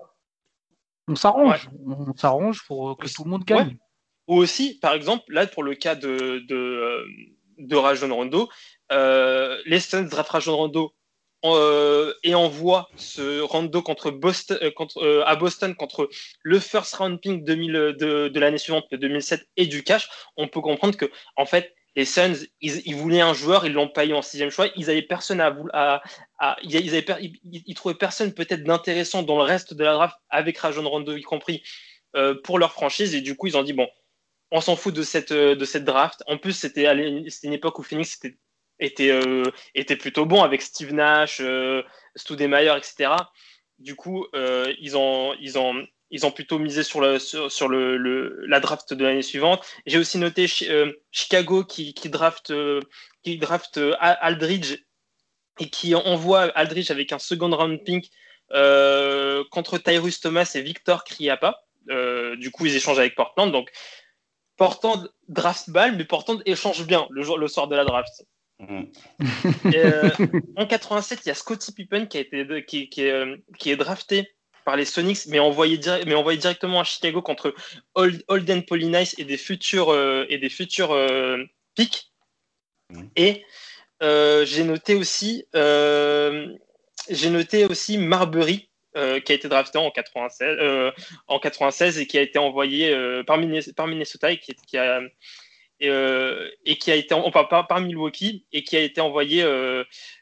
On s'arrange, ouais. on s'arrange pour que tout le monde gagne. Ouais. Ou aussi, par exemple, là pour le cas de, de, de Rajon Rondo, euh, les Suns draftent Rajon Rondo euh, et envoient ce Rondo contre Boston, euh, contre, euh, à Boston contre le first round pick deux mille, de, de l'année suivante, le deux mille sept, et du cash. On peut comprendre que en fait, les Suns, ils, ils voulaient un joueur, ils l'ont payé en sixième choix. Ils avaient personne à, à, à ils, avaient, ils, ils trouvaient personne peut-être d'intéressant dans le reste de la draft avec Rajon Rondo y compris euh, pour leur franchise. Et du coup, ils ont dit bon, on s'en fout de cette de cette draft. En plus, c'était, c'était une époque où Phoenix était était, euh, était plutôt bon avec Steve Nash, euh, Stoudemire, et cetera. Du coup, euh, ils ont ils ont Ils ont plutôt misé sur, le, sur, sur le, le, la draft de l'année suivante. J'ai aussi noté euh, Chicago qui, qui draft, euh, qui draft euh, Aldridge et qui envoie Aldridge avec un second round pick euh, contre Tyrus Thomas et Victor Kriapa. Euh, du coup, ils échangent avec Portland. Donc, Portland draft balle, mais Portland échange bien le, jour, le soir de la draft. Mmh. Et, euh, en quatre-vingt-sept, il y a Scottie Pippen qui, a été, qui, qui, est, qui est drafté par les Sonics, mais envoyé, dire, mais envoyé directement à Chicago contre Holden Polynice et des futurs, euh, et des futurs euh, picks. Mmh. Et euh, j'ai noté aussi, euh, j'ai noté aussi Marbury, euh, qui a été drafté en quatre-vingt-seize, euh, en quatre-vingt-seize et qui a été envoyé euh, par, Minnesota, par Minnesota et qui, qui a et, euh, et qui a été en, par, par Milwaukee et qui a été envoyé euh,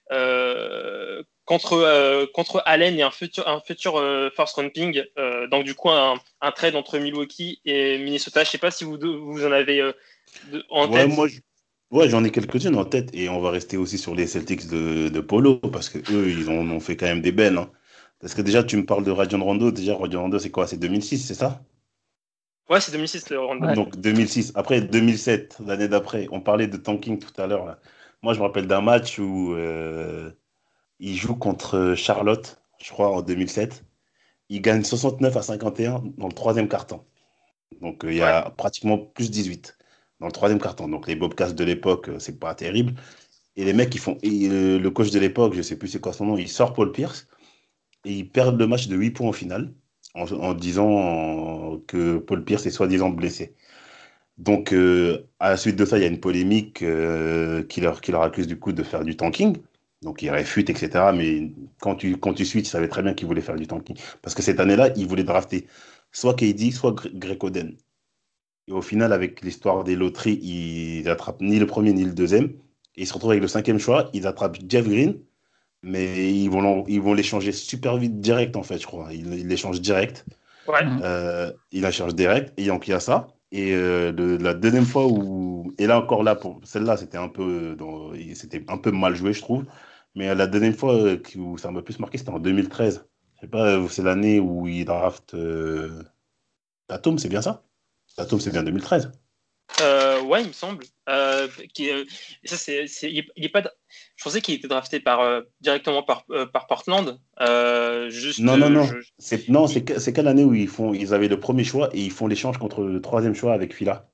euh, contre euh, contre Allen et un futur un futur euh, first round pick. Euh, donc du coup un, un trade entre Milwaukee et Minnesota. Je sais pas si vous vous en avez euh, de, en ouais, tête. Moi, je... Ouais, j'en ai quelques-unes en tête et on va rester aussi sur les Celtics de, de Polo parce que eux ils ont, ont fait quand même des belles. Hein. Parce que déjà tu me parles de Rajon Rondo. Déjà Rajon Rondo c'est quoi? C'est deux mille six, c'est ça? Ouais, c'est deux mille six le Rondo. Ouais. Donc deux mille six. Après deux mille sept, l'année d'après, on parlait de tanking tout à l'heure. Là. Moi je me rappelle d'un match où euh, il joue contre Charlotte, je crois en deux mille sept. Il gagne soixante-neuf à cinquante et un dans le troisième quart-temps. Donc euh, il y a ouais. pratiquement plus dix-huit dans le troisième quart-temps. Donc les Bobcats de l'époque, c'est pas terrible. Et les mecs, ils font. Et le coach de l'époque, je sais plus c'est quoi son nom, il sort Paul Pierce et ils perdent le match de huit points au final en, en disant que Paul Pierce est soi-disant blessé. Donc euh, à la suite de ça, il y a une polémique euh, qui, leur, qui leur accuse du coup de faire du tanking. Donc ils réfutent, et cetera. Mais quand tu, quand tu suis, tu savais très bien qu'ils voulaient faire du tanking. Parce que cette année-là, ils voulaient drafter soit K D, soit Greg Oden. Et au final, avec l'histoire des loteries, ils n'attrapent ni le premier ni le deuxième. Et ils se retrouvent avec le cinquième choix. Ils attrapent Jeff Green, mais ils vont, ils vont l'échanger super vite, direct en fait, je crois. Ils, ils l'échangent direct. Ouais. Euh, ils l'échangent direct. Et donc il y a ça. Et euh, de, la deuxième fois où. Et là encore, là, pour celle-là, c'était un peu, dans, c'était un peu mal joué, je trouve. Mais la deuxième fois où ça m'a plus marqué, c'était en deux mille treize. Je sais pas, c'est l'année où ils draftent euh... Tatum, c'est bien ça? Tatum, c'est bien deux mille treize. Euh, ouais, il me semble. Euh, qui, euh, ça, c'est, c'est, il est, il est pas. Je pensais qu'il était drafté par euh, directement par euh, par Portland. Euh, juste. Non, non, non. Je... C'est non, c'est que, c'est quelle année où ils font, ils avaient le premier choix et ils font l'échange contre le troisième choix avec Fila.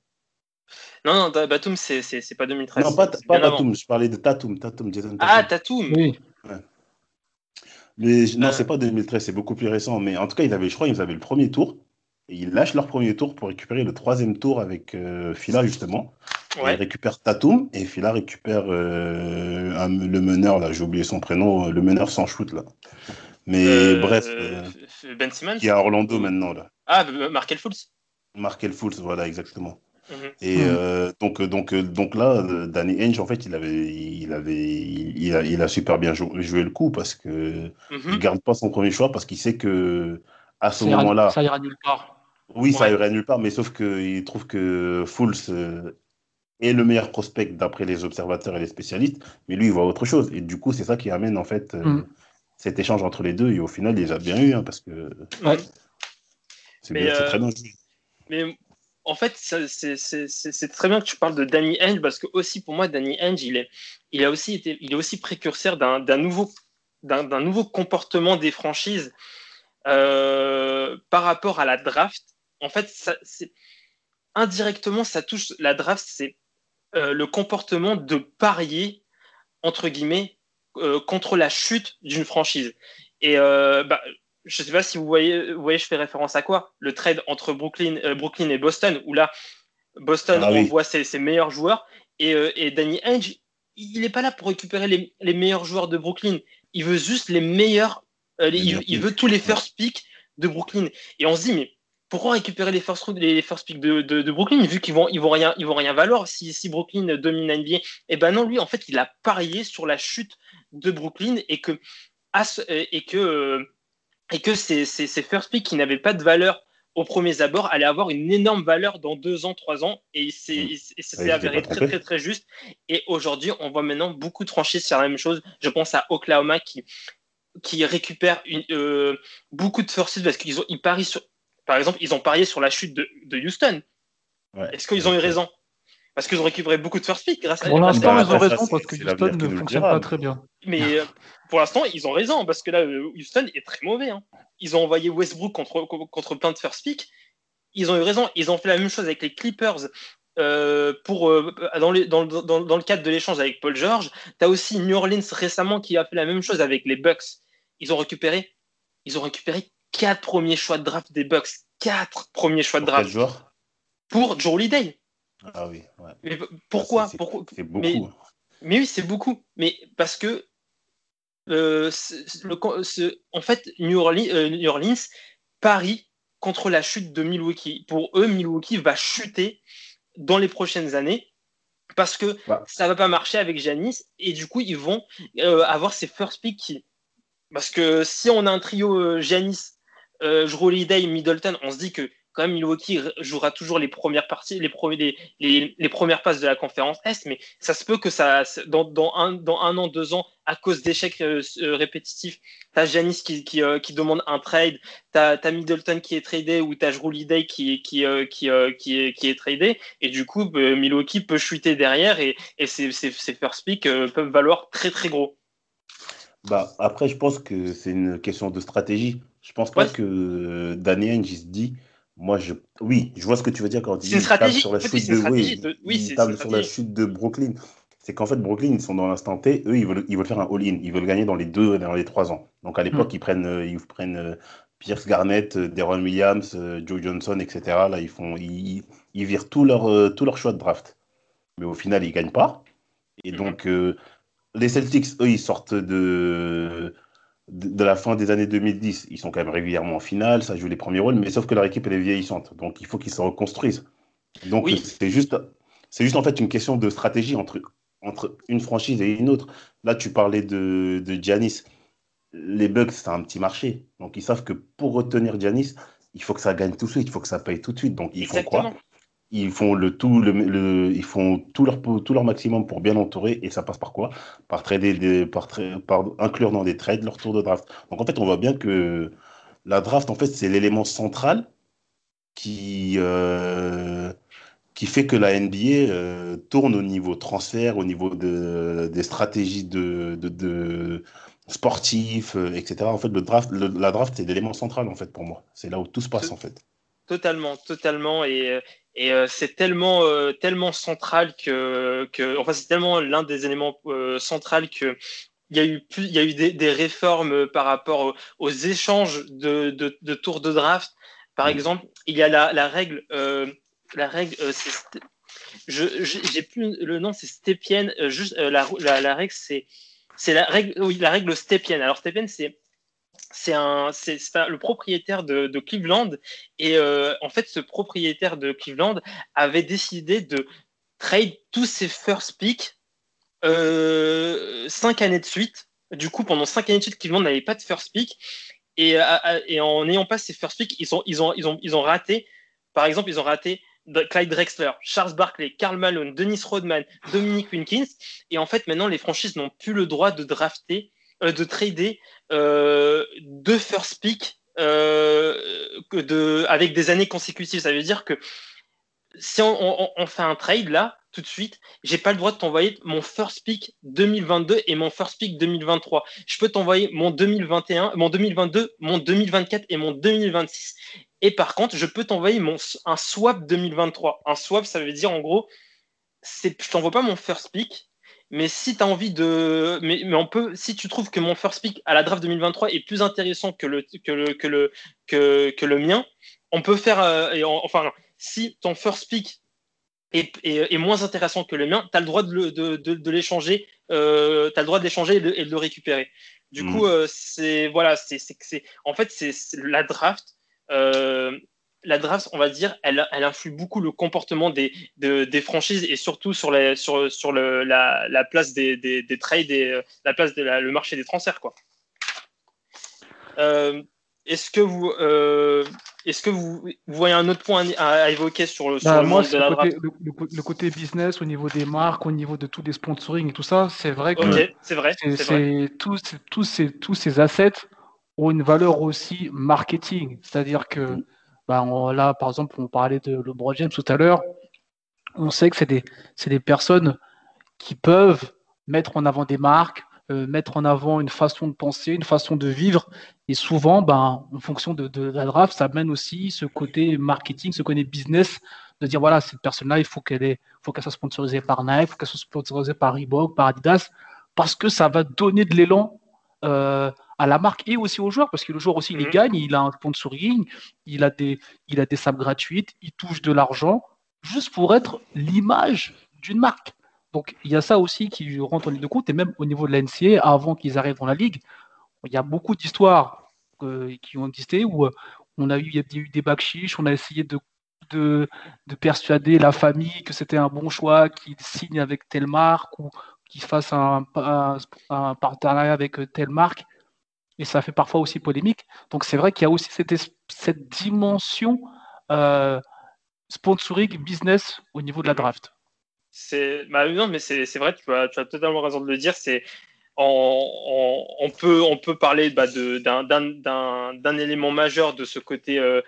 Non, non, Tatum, c'est c'est c'est pas deux mille treize. Non, pas, c'est, c'est pas Tatum. Je parlais de Tatum, Tatum, Jason Tatum. Ah, Tatum. Oui. Ouais. Mais non, Euh, c'est pas deux mille treize, c'est beaucoup plus récent. Mais en tout cas, ils avaient, je crois, ils avaient le premier tour. Et ils lâchent leur premier tour pour récupérer le troisième tour avec euh, Fila, justement. Et ils ouais. récupèrent Tatum. Et Fila récupère euh, un- le meneur, là, j'ai oublié son prénom, le meneur sans shoot, là. Mais bref, Euh, euh, Ben Simmons qui est à Orlando ou... maintenant, là. Ah, Markel Fultz. Markel Fultz, voilà, exactement. Mhm. Et Hmm. euh, donc, euh, donc, euh, donc là, euh, Danny Ainge, en fait, il avait, il avait, il, il a, il a super bien jou- joué le coup parce que il Mhm. garde pas son premier choix parce qu'il sait que à ce Ça ira, moment-là, ça ira nulle part. oui, ça Ouais. irait nulle part, mais sauf qu'il trouve que Fools euh, est le meilleur prospect d'après les observateurs et les spécialistes, mais lui, il voit autre chose. Et du coup, c'est ça qui amène en fait Hmm. euh, cet échange entre les deux. Et au final, il les a bien eu hein, parce que Ouais. Mhm. c'est Mais, bien, c'est euh, très bien joué. mais en fait, ça, c'est, c'est, c'est, c'est très bien que tu parles de Danny Ainge parce que aussi pour moi, Danny Ainge, il est, il a aussi été, il est aussi précurseur d'un, d'un nouveau, d'un, d'un nouveau comportement des franchises euh, par rapport à la draft. En fait, ça, c'est, indirectement, ça touche la draft, c'est euh, le comportement de parier entre guillemets euh, contre la chute d'une franchise. Et euh, bah, je ne sais pas si vous voyez, vous voyez, je fais référence à quoi? Le trade entre Brooklyn, euh, Brooklyn et Boston, où là, Boston Ah oui, envoie ses, ses meilleurs joueurs et, euh, et Danny Ainge, il n'est pas là pour récupérer les, les, meilleurs joueurs de Brooklyn. Il veut juste les meilleurs, euh, les il, meilleurs il veut picks. tous les Ouais. first picks de Brooklyn. Et on se dit, mais pourquoi récupérer les first, les first picks de, de, de Brooklyn vu qu'ils vont, ils vont rien, ils vont rien valoir si, si Brooklyn domine la N B A? Et ben non, lui, en fait, il a parié sur la chute de Brooklyn et que, et que, et que ces, ces, ces first picks qui n'avaient pas de valeur au premier abord allaient avoir une énorme valeur dans deux ans, trois ans. Et, Mm. et ça Et s'est il s'était pas avéré très, trompé. très, très juste. Et aujourd'hui, on voit maintenant beaucoup de franchises faire la même chose. Je pense à Oklahoma qui, qui récupère une, euh, beaucoup de first picks parce qu'ils ont, ils parient sur, par exemple, ils ont parié sur la chute de, de Houston. Ouais, Est-ce qu'ils ont eu exactement. raison? Parce qu'ils ont récupéré beaucoup de first pick grâce à, Pour grâce l'instant, à, Bah ils ont après ça, raison c'est parce que c'est Houston l'avenir qui ne nous le fonctionne dira. pas Mais très bien. mais euh, pour l'instant, ils ont raison parce que là, Houston est très mauvais. Hein. Ils ont envoyé Westbrook contre, contre plein de first pick. Ils ont eu raison. Ils ont fait la même chose avec les Clippers euh, pour, euh, dans, les, dans, dans, dans le cadre de l'échange avec Paul George. Tu as aussi New Orleans récemment qui a fait la même chose avec les Bucks. Ils ont récupéré, ils ont récupéré quatre premiers choix de draft des Bucks. Quatre premiers choix de pour quel draft joueur? pour Joe Holiday. Ah oui, ouais. Mais Ah, c'est pourquoi, c'est- pourquoi c'est mais, beaucoup. mais oui, c'est beaucoup. Mais parce que euh, c'est- le, c'est- en fait, New Orleans, euh, New Orleans parie contre la chute de Milwaukee. Pour eux, Milwaukee va chuter dans les prochaines années parce que Bah, ça va pas marcher avec Giannis et du coup, ils vont euh, avoir ces first picks qui. Parce que si on a un trio euh, Giannis, euh, Jrue Holiday, Middleton, on se dit que quand même Milwaukee jouera toujours les premières parties, les, premiers, les, les, les premières passes de la conférence Est, mais ça se peut que ça, dans, dans, un, dans un an, deux ans, à cause d'échecs euh, répétitifs, t'as Giannis qui, qui, euh, qui demande un trade, t'as as Middleton qui est tradé ou t'as Jrue Holiday qui, qui, euh, qui, euh, qui, est, qui est tradé, et du coup, euh, Milwaukee peut chuter derrière et, et ces, ces, ces first picks euh, peuvent valoir très très gros. bah, après, je pense que c'est une question de stratégie. Je pense pas Ouais, que euh, Danny Ainge il se dit, moi, je, oui, je vois ce que tu veux dire quand il c'est une dit, il table stratégie. sur la En fait, oui, chute c'est une de, stratégie. oui, De... Oui, il c'est une table sur la stratégie. chute de Brooklyn. C'est qu'en fait, Brooklyn, ils sont dans l'instant T, eux, ils veulent, ils veulent faire un all-in, ils veulent gagner dans les deux, dans les trois ans. Donc à l'époque, Hmm. ils prennent, euh, ils prennent euh, Pierce Garnett, euh, Deron Williams, euh, Joe Johnson, et cetera. Là, ils font, ils, ils virent tout leur, euh, tout leur choix de draft. Mais au final, ils gagnent pas. Et Mhm. donc, euh, les Celtics, eux, ils sortent de, de, de la fin des années deux mille dix. Ils sont quand même régulièrement en finale, ça joue les premiers rôles, mais sauf que leur équipe, elle est vieillissante. Donc, il faut qu'ils se reconstruisent. Donc, Oui, c'est juste, c'est juste en fait une question de stratégie entre, entre une franchise et une autre. Là, tu parlais de, de Giannis. Les Bucks, c'est un petit marché. Donc, ils savent que pour retenir Giannis, il faut que ça gagne tout de suite, il faut que ça paye tout de suite. Donc, ils font quoi? exactement. Ils font le tout, le, le- ils font tout leur, tout leur maximum pour bien l'entourer. Et ça passe par quoi? Par trader des, par, tra- par inclure dans des trades leur tour de draft. Donc, en fait, on voit bien que la draft, en fait, c'est l'élément central qui, euh, qui fait que la N B A euh, tourne au niveau transfert, au niveau de, des stratégies de, de, de sportifs, euh, et cetera. En fait, le draft, le- la draft, c'est l'élément central, en fait, pour moi. C'est là où tout se passe, T- en fait. Totalement, totalement. Et, et euh, c'est tellement, euh, tellement central que, que. Enfin, c'est tellement l'un des éléments euh, centraux que il y a eu, plus, il y a eu des, des réformes par rapport aux, aux échanges de, de, de tours de draft. Par mmh. exemple, il y a la, la règle, euh, la règle, euh, c'est, je, j'ai plus le nom, c'est Stepien. Euh, juste euh, la, la, la règle, c'est, c'est la règle, oui, la règle Stepien. Alors Stepien, c'est C'est, un, c'est, c'est un, le propriétaire de, de Cleveland et euh, en fait ce propriétaire de Cleveland avait décidé de trade tous ses first picks euh, cinq années de suite. Du coup pendant cinq années de suite Cleveland n'avait pas de first pick et, et en n'ayant pas ces first picks ils ont, ils, ont, ils, ont, ils ont raté, par exemple ils ont raté Clyde Drexler, Charles Barkley, Karl Malone, Dennis Rodman, Dominic Wilkins et en fait maintenant les franchises n'ont plus le droit de drafter de trader euh, deux first pick euh, de, avec des années consécutives. Ça veut dire que si on, on, on fait un trade là, tout de suite, j'ai pas le droit de t'envoyer mon first pick deux mille vingt-deux et mon first pick deux mille vingt-trois. Je peux t'envoyer mon deux mille vingt et un, mon deux mille vingt-deux, mon deux mille vingt-quatre et mon deux mille vingt-six. Et par contre, je peux t'envoyer mon, un swap deux mille vingt-trois. Un swap, ça veut dire en gros, c'est, je t'envoie pas mon first pick, mais si tu as envie de. Mais, mais on peut. Si tu trouves que mon first pick à la draft deux mille vingt-trois est plus intéressant que le, que le, que le, que, que le mien, on peut faire. Euh, et on, enfin, si ton first pick est, est, est moins intéressant que le mien, tu as le droit de, le, de, de, de l'échanger. Euh, tu as le droit de l'échanger et de, et de le récupérer. Du mmh. coup, euh, c'est. Voilà, c'est, c'est, c'est, en fait, c'est, c'est la draft. Euh, La draft, on va dire, elle, elle influe beaucoup le comportement des, de, des franchises et surtout sur, les, sur, sur le, la, la place des, des, des trades et la place de la, le marché des transferts, quoi. Euh, est-ce que vous, euh, est-ce que vous, vous voyez un autre point à, à évoquer sur le, sur bah, le moi, monde de la le côté, draft? le, le, le côté business au niveau des marques, au niveau de tous les sponsoring et tout ça, c'est vrai que okay, c'est vrai, c'est, c'est c'est, vrai. tous, tous, ces, tous ces assets ont une valeur aussi marketing. C'est-à-dire que bah, on, là, par exemple, on parlait de LeBron James tout à l'heure. On sait que c'est des, c'est des personnes qui peuvent mettre en avant des marques, euh, mettre en avant une façon de penser, une façon de vivre. Et souvent, ben, en fonction de, de la draft, ça amène aussi ce côté marketing, ce côté business, de dire voilà, cette personne-là, il faut qu'elle, ait, faut qu'elle soit sponsorisée par Nike, il faut qu'elle soit sponsorisée par Reebok, par Adidas, parce que ça va donner de l'élan euh, à la marque et aussi aux joueurs, parce que le joueur aussi, mmh. il gagne, il a un sponsoring, il a des, il a des sables gratuites, il touche de l'argent, juste pour être l'image d'une marque. Donc, il y a ça aussi qui rentre en ligne de compte, et même au niveau de la N C A A, avant qu'ils arrivent dans la Ligue, il y a beaucoup d'histoires euh, qui ont existé où euh, on a eu, il y a eu des bacs chiches, on a essayé de, de, de persuader la famille que c'était un bon choix, qu'ils signent avec telle marque ou qu'ils fassent un, un, un partenariat avec telle marque, et ça fait parfois aussi polémique. Donc, c'est vrai qu'il y a aussi cette, cette dimension euh, sponsoring business au niveau de la draft. C'est, bah, non, mais c'est, c'est vrai, tu as, tu as totalement raison de le dire. C'est, on, on, on, peut, on peut parler bah, de, d'un, d'un, d'un, d'un élément majeur de ce côté euh,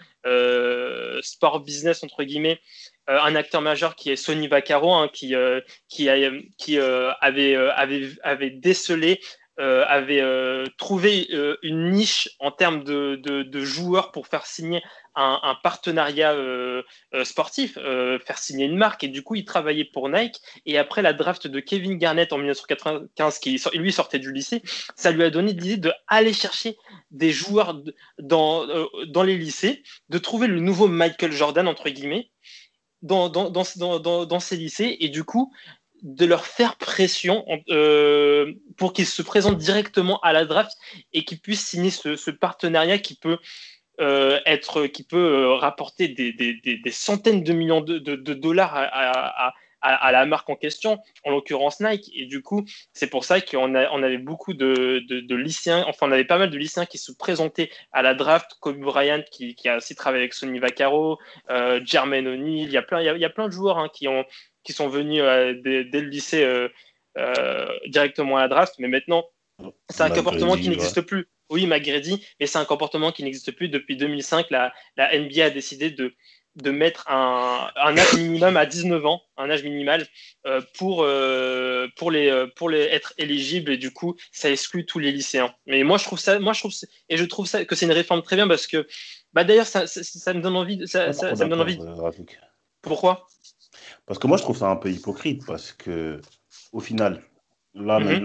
euh, sport business, entre guillemets. Euh, un acteur majeur qui est Sonny Vaccaro, hein, qui, euh, qui, a, qui euh, avait, euh, avait, avait décelé, euh, avait euh, trouvé euh, une niche en termes de, de, de joueurs pour faire signer un, un partenariat euh, euh, sportif, euh, faire signer une marque. Et du coup, il travaillait pour Nike. Et après la draft de Kevin Garnett en dix-neuf cent quatre-vingt-quinze, qui lui sortait du lycée, ça lui a donné l'idée d'aller chercher des joueurs dans, euh, dans les lycées, de trouver le nouveau Michael Jordan, entre guillemets, dans, dans, dans, dans, dans, dans ces lycées. Et du coup, de leur faire pression euh, pour qu'ils se présentent directement à la draft et qu'ils puissent signer ce, ce partenariat qui peut euh, être, qui peut euh, rapporter des, des, des, des centaines de millions de, de, de dollars à, à, à, à la marque en question, en l'occurrence Nike. Et du coup, c'est pour ça qu'on a, on avait beaucoup de, de, de lycéens, enfin on avait pas mal de lycéens qui se présentaient à la draft. Kobe Bryant qui, qui a aussi travaillé avec Sonny Vaccaro, euh, Jermaine O'Neal, il y a plein, il y a, il y a plein de joueurs hein, qui ont qui sont venus euh, dès, dès le lycée euh, euh, directement à la draft, mais maintenant, c'est un McGrady, comportement qui n'existe ouais. plus. Oui, McGrady, mais c'est un comportement qui n'existe plus. Depuis deux mille cinq, la, la N B A a décidé de, de mettre un, un âge minimum à dix-neuf ans, un âge minimal, euh, pour, euh, pour, les, pour les être éligibles, et du coup, ça exclut tous les lycéens. Mais moi, je trouve ça, moi, je trouve, et je trouve ça, que c'est une réforme très bien parce que, bah, d'ailleurs, ça, ça, ça me donne envie. Ça, ça, ça me donne envie. Pourquoi ? Parce que moi, je trouve ça un peu hypocrite parce que, au final, là, mm-hmm. maintenant,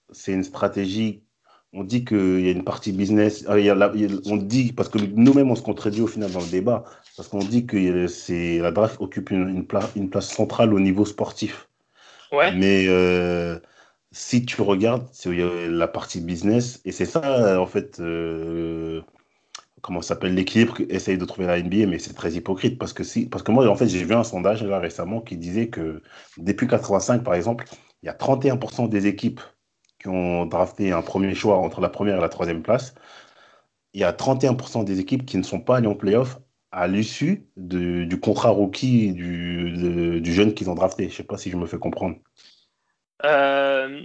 c'est une stratégie. On dit qu'il y a une partie business. euh, il y a la- il y a- on dit, parce que nous-mêmes, on se contredit au final dans le débat, parce qu'on dit que c'est, la draft occupe une, une pla- une place centrale au niveau sportif. Ouais. Mais euh, si tu regardes, c'est il y a la partie business, et c'est ça, euh, en fait, euh, comment ça s'appelle, l'équilibre qu'essaye de trouver la N B A, mais c'est très hypocrite, parce que, si, parce que moi, en fait, j'ai vu un sondage là récemment qui disait que depuis quatre-vingt-cinq, par exemple, il y a trente et un pour cent des équipes qui ont drafté un premier choix entre la première et la troisième place. Il y a trente et un pour cent des équipes qui ne sont pas allées en playoff à l'issue de- du contrat rookie du, de- du jeune qu'ils ont drafté. Je ne sais pas si je me fais comprendre. Euh,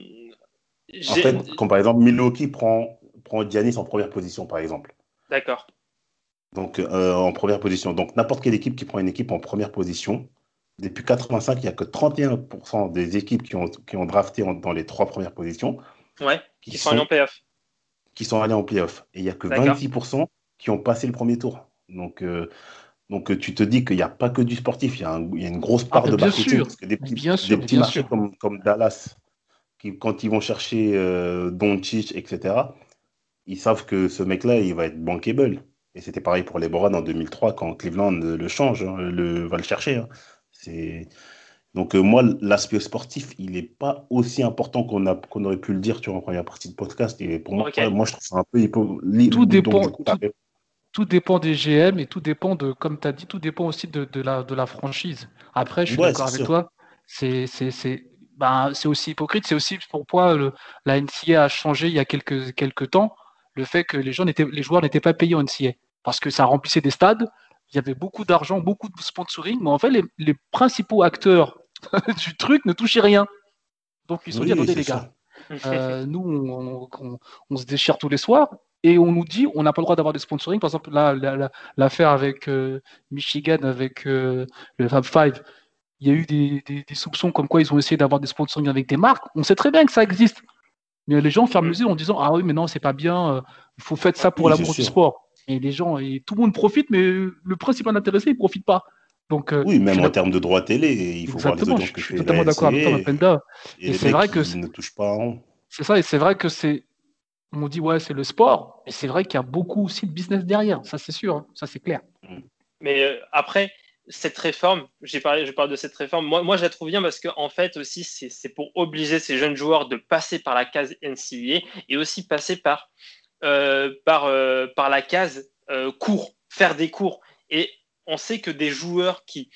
En j'ai- fait, comme par exemple, Milwaukee prend, prend Giannis en première position, par exemple. D'accord. Donc, euh, en première position. Donc, n'importe quelle équipe qui prend une équipe en première position, depuis quatre-vingt-cinq, il n'y a que trente et un pour cent des équipes qui ont, qui ont drafté en- dans les trois premières positions Ouais. qui Qui sont allés en sont, playoff. qui sont allées en playoff. Et il n'y a que D'accord. vingt-six pour cent qui ont passé le premier tour. Donc, euh, donc euh, tu te dis qu'il n'y a pas que du sportif, il y a, un- il y a une grosse Ah, part mais de bien marketing. sûr, Parce que des mais petits, bien des sûr, mais petits bien marchés sûr. comme, comme Dallas, qui, quand ils vont chercher euh, Doncic, et cetera, ils savent que ce mec-là, il va être bankable. Et c'était pareil pour LeBron en deux mille trois quand Cleveland le change, hein, le, va le chercher. Hein. C'est... Donc, euh, moi, l'aspect sportif, il n'est pas aussi important qu'on a, qu'on aurait pu le dire tu vois, en première partie de podcast. Et pour moi, Ok. moi je trouve ça un peu hypo... li- Tout Donc, dépend, du coup, tout, t'as- tout dépend des G M et tout dépend de, comme tu as dit, tout dépend aussi de, de la, de la franchise. Après, je suis ouais, d'accord c'est avec sûr. toi, c'est, c'est, c'est, ben, c'est aussi hypocrite, c'est aussi pourquoi le, la N C A a a changé il y a quelques, quelques temps, le fait que les, gens n'étaient, les joueurs n'étaient pas payés en N C A. Parce que ça remplissait des stades, il y avait beaucoup d'argent, beaucoup de sponsoring, mais en fait, les, les principaux acteurs du truc ne touchaient rien. Donc, ils se sont dit, Oui, attendez c'est les gars, sûr. euh, nous, on, on- on se déchire tous les soirs et on nous dit on n'a pas le droit d'avoir des sponsoring. Par exemple, là, la- la- l'affaire avec euh, Michigan, avec euh, le Fab Five, il y a eu des, des- des soupçons comme quoi ils ont essayé d'avoir des sponsoring avec des marques. On sait très bien que ça existe. Mais les gens ferment Mm. les yeux en disant ah oui, mais non, c'est pas bien, euh, il faut faire ça pour Oui, c'est l'amour du sûr. sport. Et les gens, et tout le monde profite, mais le principal intéressé, il profite pas. Donc, euh, Oui, je même suis en d'accord. termes de droit télé, il faut voir les Exactement, je, audiences je que suis fait la totalement d'accord avec toi, N C A et, Mapenda. et Et les c'est mecs, vrai que ils ne touchent pas en rond. c'est ça, et c'est vrai que c'est on dit ouais, c'est le sport, mais c'est vrai qu'il y a beaucoup aussi de business derrière, ça c'est sûr, hein, ça c'est clair. Mais euh, après, cette réforme, j'ai parlé, je parle de cette réforme, moi, moi je la trouve bien parce qu'en en fait aussi, c'est, c'est pour obliger ces jeunes joueurs de passer par la case N C A A et aussi passer par, euh, par, euh, par la case euh, cours, faire des cours. Et on sait que des joueurs qui,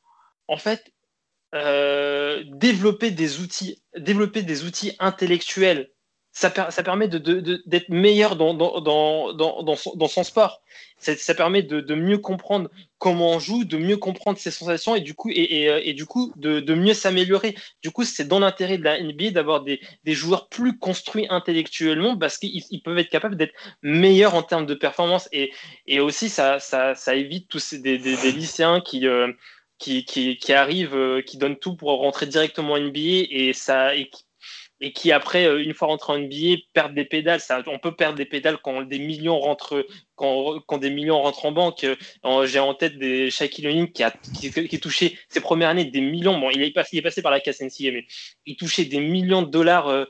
en fait, euh, développer des outils, développer des outils intellectuels, ça, per, ça permet de, de, de, d'être meilleur dans, dans, dans, dans, dans, son, dans son sport. Ça, ça permet de, de mieux comprendre comment on joue, de mieux comprendre ses sensations et du coup, et, et, et du coup de, de mieux s'améliorer. Du coup, c'est dans l'intérêt de la N B A d'avoir des, des joueurs plus construits intellectuellement parce qu'ils ils peuvent être capables d'être meilleurs en termes de performance. Et, et aussi, ça, ça, ça évite tous ces, des, des, des lycéens qui... Euh, qui, qui, qui arrivent, euh, qui donnent tout pour rentrer directement en N B A et, ça, et, qui, et qui après, euh, une fois rentré en N B A, perdent des pédales. Ça, on peut perdre des pédales quand des millions rentrent, quand, quand des millions rentrent en banque. Euh, j'ai en tête des Shaquille O'Neal qui a qui, qui touché ses premières années des millions. Bon, il est passé, il est passé par la casse N C A A, mais il touchait des millions de dollars euh,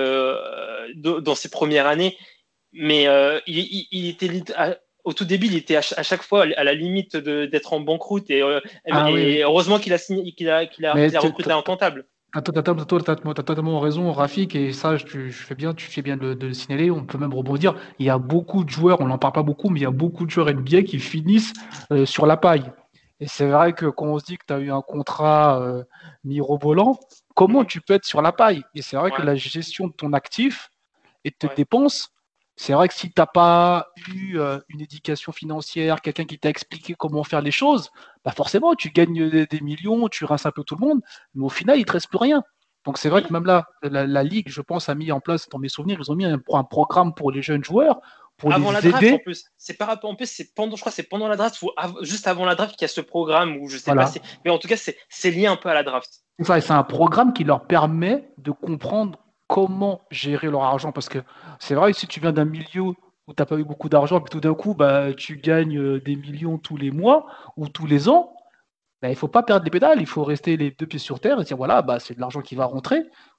euh, dans ses premières années. Mais euh, il, il, il était au tout début, il était à, ch- à chaque fois à la limite de, d'être en banqueroute et, euh, Ah oui, et oui. heureusement qu'il a, signé, qu'il a, qu'il a, Mais qu'il a t'as recruté un comptable. t'as- t'as- t'as- t'as- t'as- t'as totalement raison, Rafik, et ça, je, je fais bien, tu fais bien de, de le signaler. On peut même rebondir. Il y a beaucoup de joueurs, on n'en parle pas beaucoup, mais il y a beaucoup de joueurs N B A qui finissent euh, sur la paille. Et c'est vrai que quand on se dit que tu as eu un contrat euh, mirobolant, comment Mhm. tu peux être sur la paille? Et c'est vrai que Ouais, la gestion de ton actif et de tes ouais. dépenses, c'est vrai que si tu n'as pas eu euh, une éducation financière, quelqu'un qui t'a expliqué comment faire les choses, bah forcément, tu gagnes des, des millions, tu rinces un peu tout le monde, mais au final, il ne te reste plus rien. Donc c'est vrai Oui. que même là, la, la Ligue, je pense, a mis en place, dans mes souvenirs, ils ont mis un, un programme pour les jeunes joueurs, pour Avant la les draft, en aider. plus. C'est par rapport, en plus, c'est pendant, je crois, que c'est pendant la draft ou av- juste avant la draft qu'il y a ce programme où je sais pas, Voilà. c'est, mais en tout cas, c'est, c'est lié un peu à la draft. C'est ça, et c'est un programme qui leur permet de comprendre comment gérer leur argent. Parce que c'est vrai que si tu viens d'un milieu où tu n'as pas eu beaucoup d'argent, puis tout d'un coup, bah, tu gagnes euh, des millions tous les mois ou tous les ans, bah, il ne faut pas perdre les pédales, il faut rester les deux pieds sur terre et dire voilà, bah, c'est de l'argent qui va rentrer.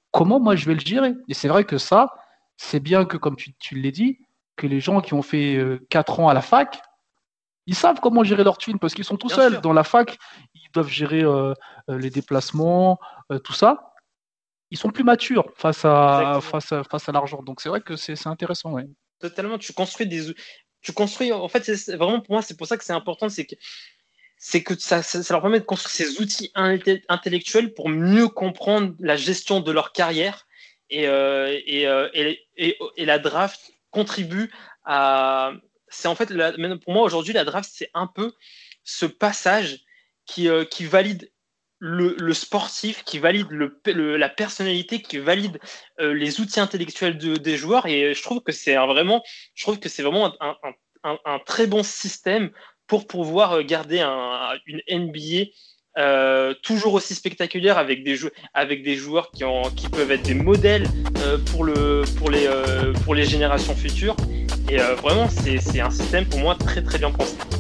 comment moi je vais le gérer? Et c'est vrai que ça, c'est bien que, comme tu, tu l'as dit, que les gens qui ont fait euh, quatre ans à la fac, ils savent comment gérer leur thune parce qu'ils sont tout Bien seuls. sûr. Dans la fac, ils doivent gérer euh, euh, les déplacements, euh, tout ça. Ils sont plus matures face à, Exactement. face à, face à l'argent. Donc c'est vrai que c'est c'est intéressant. Ouais. Totalement, tu construis des, tu construis. En fait, c'est c'est vraiment pour moi, c'est pour ça que c'est important, c'est que c'est que ça, ça, ça leur permet de construire ces outils inté- intellectuels pour mieux comprendre la gestion de leur carrière et euh, et, euh, et, et, et la draft contribue à. C'est en fait la- pour moi aujourd'hui la draft c'est un peu ce passage qui euh, qui valide le, le sportif, qui valide le, le, la personnalité, qui valide euh, les outils intellectuels de, des joueurs. Et je trouve que c'est un vraiment, je trouve que c'est vraiment un, un, un, un très bon système pour pouvoir garder un, une N B A euh, toujours aussi spectaculaire avec des, jou- avec des joueurs qui, ont, qui peuvent être des modèles euh, pour, le, pour, les, euh, pour les générations futures. Et euh, vraiment, c'est, c'est un système pour moi très très bien pensé.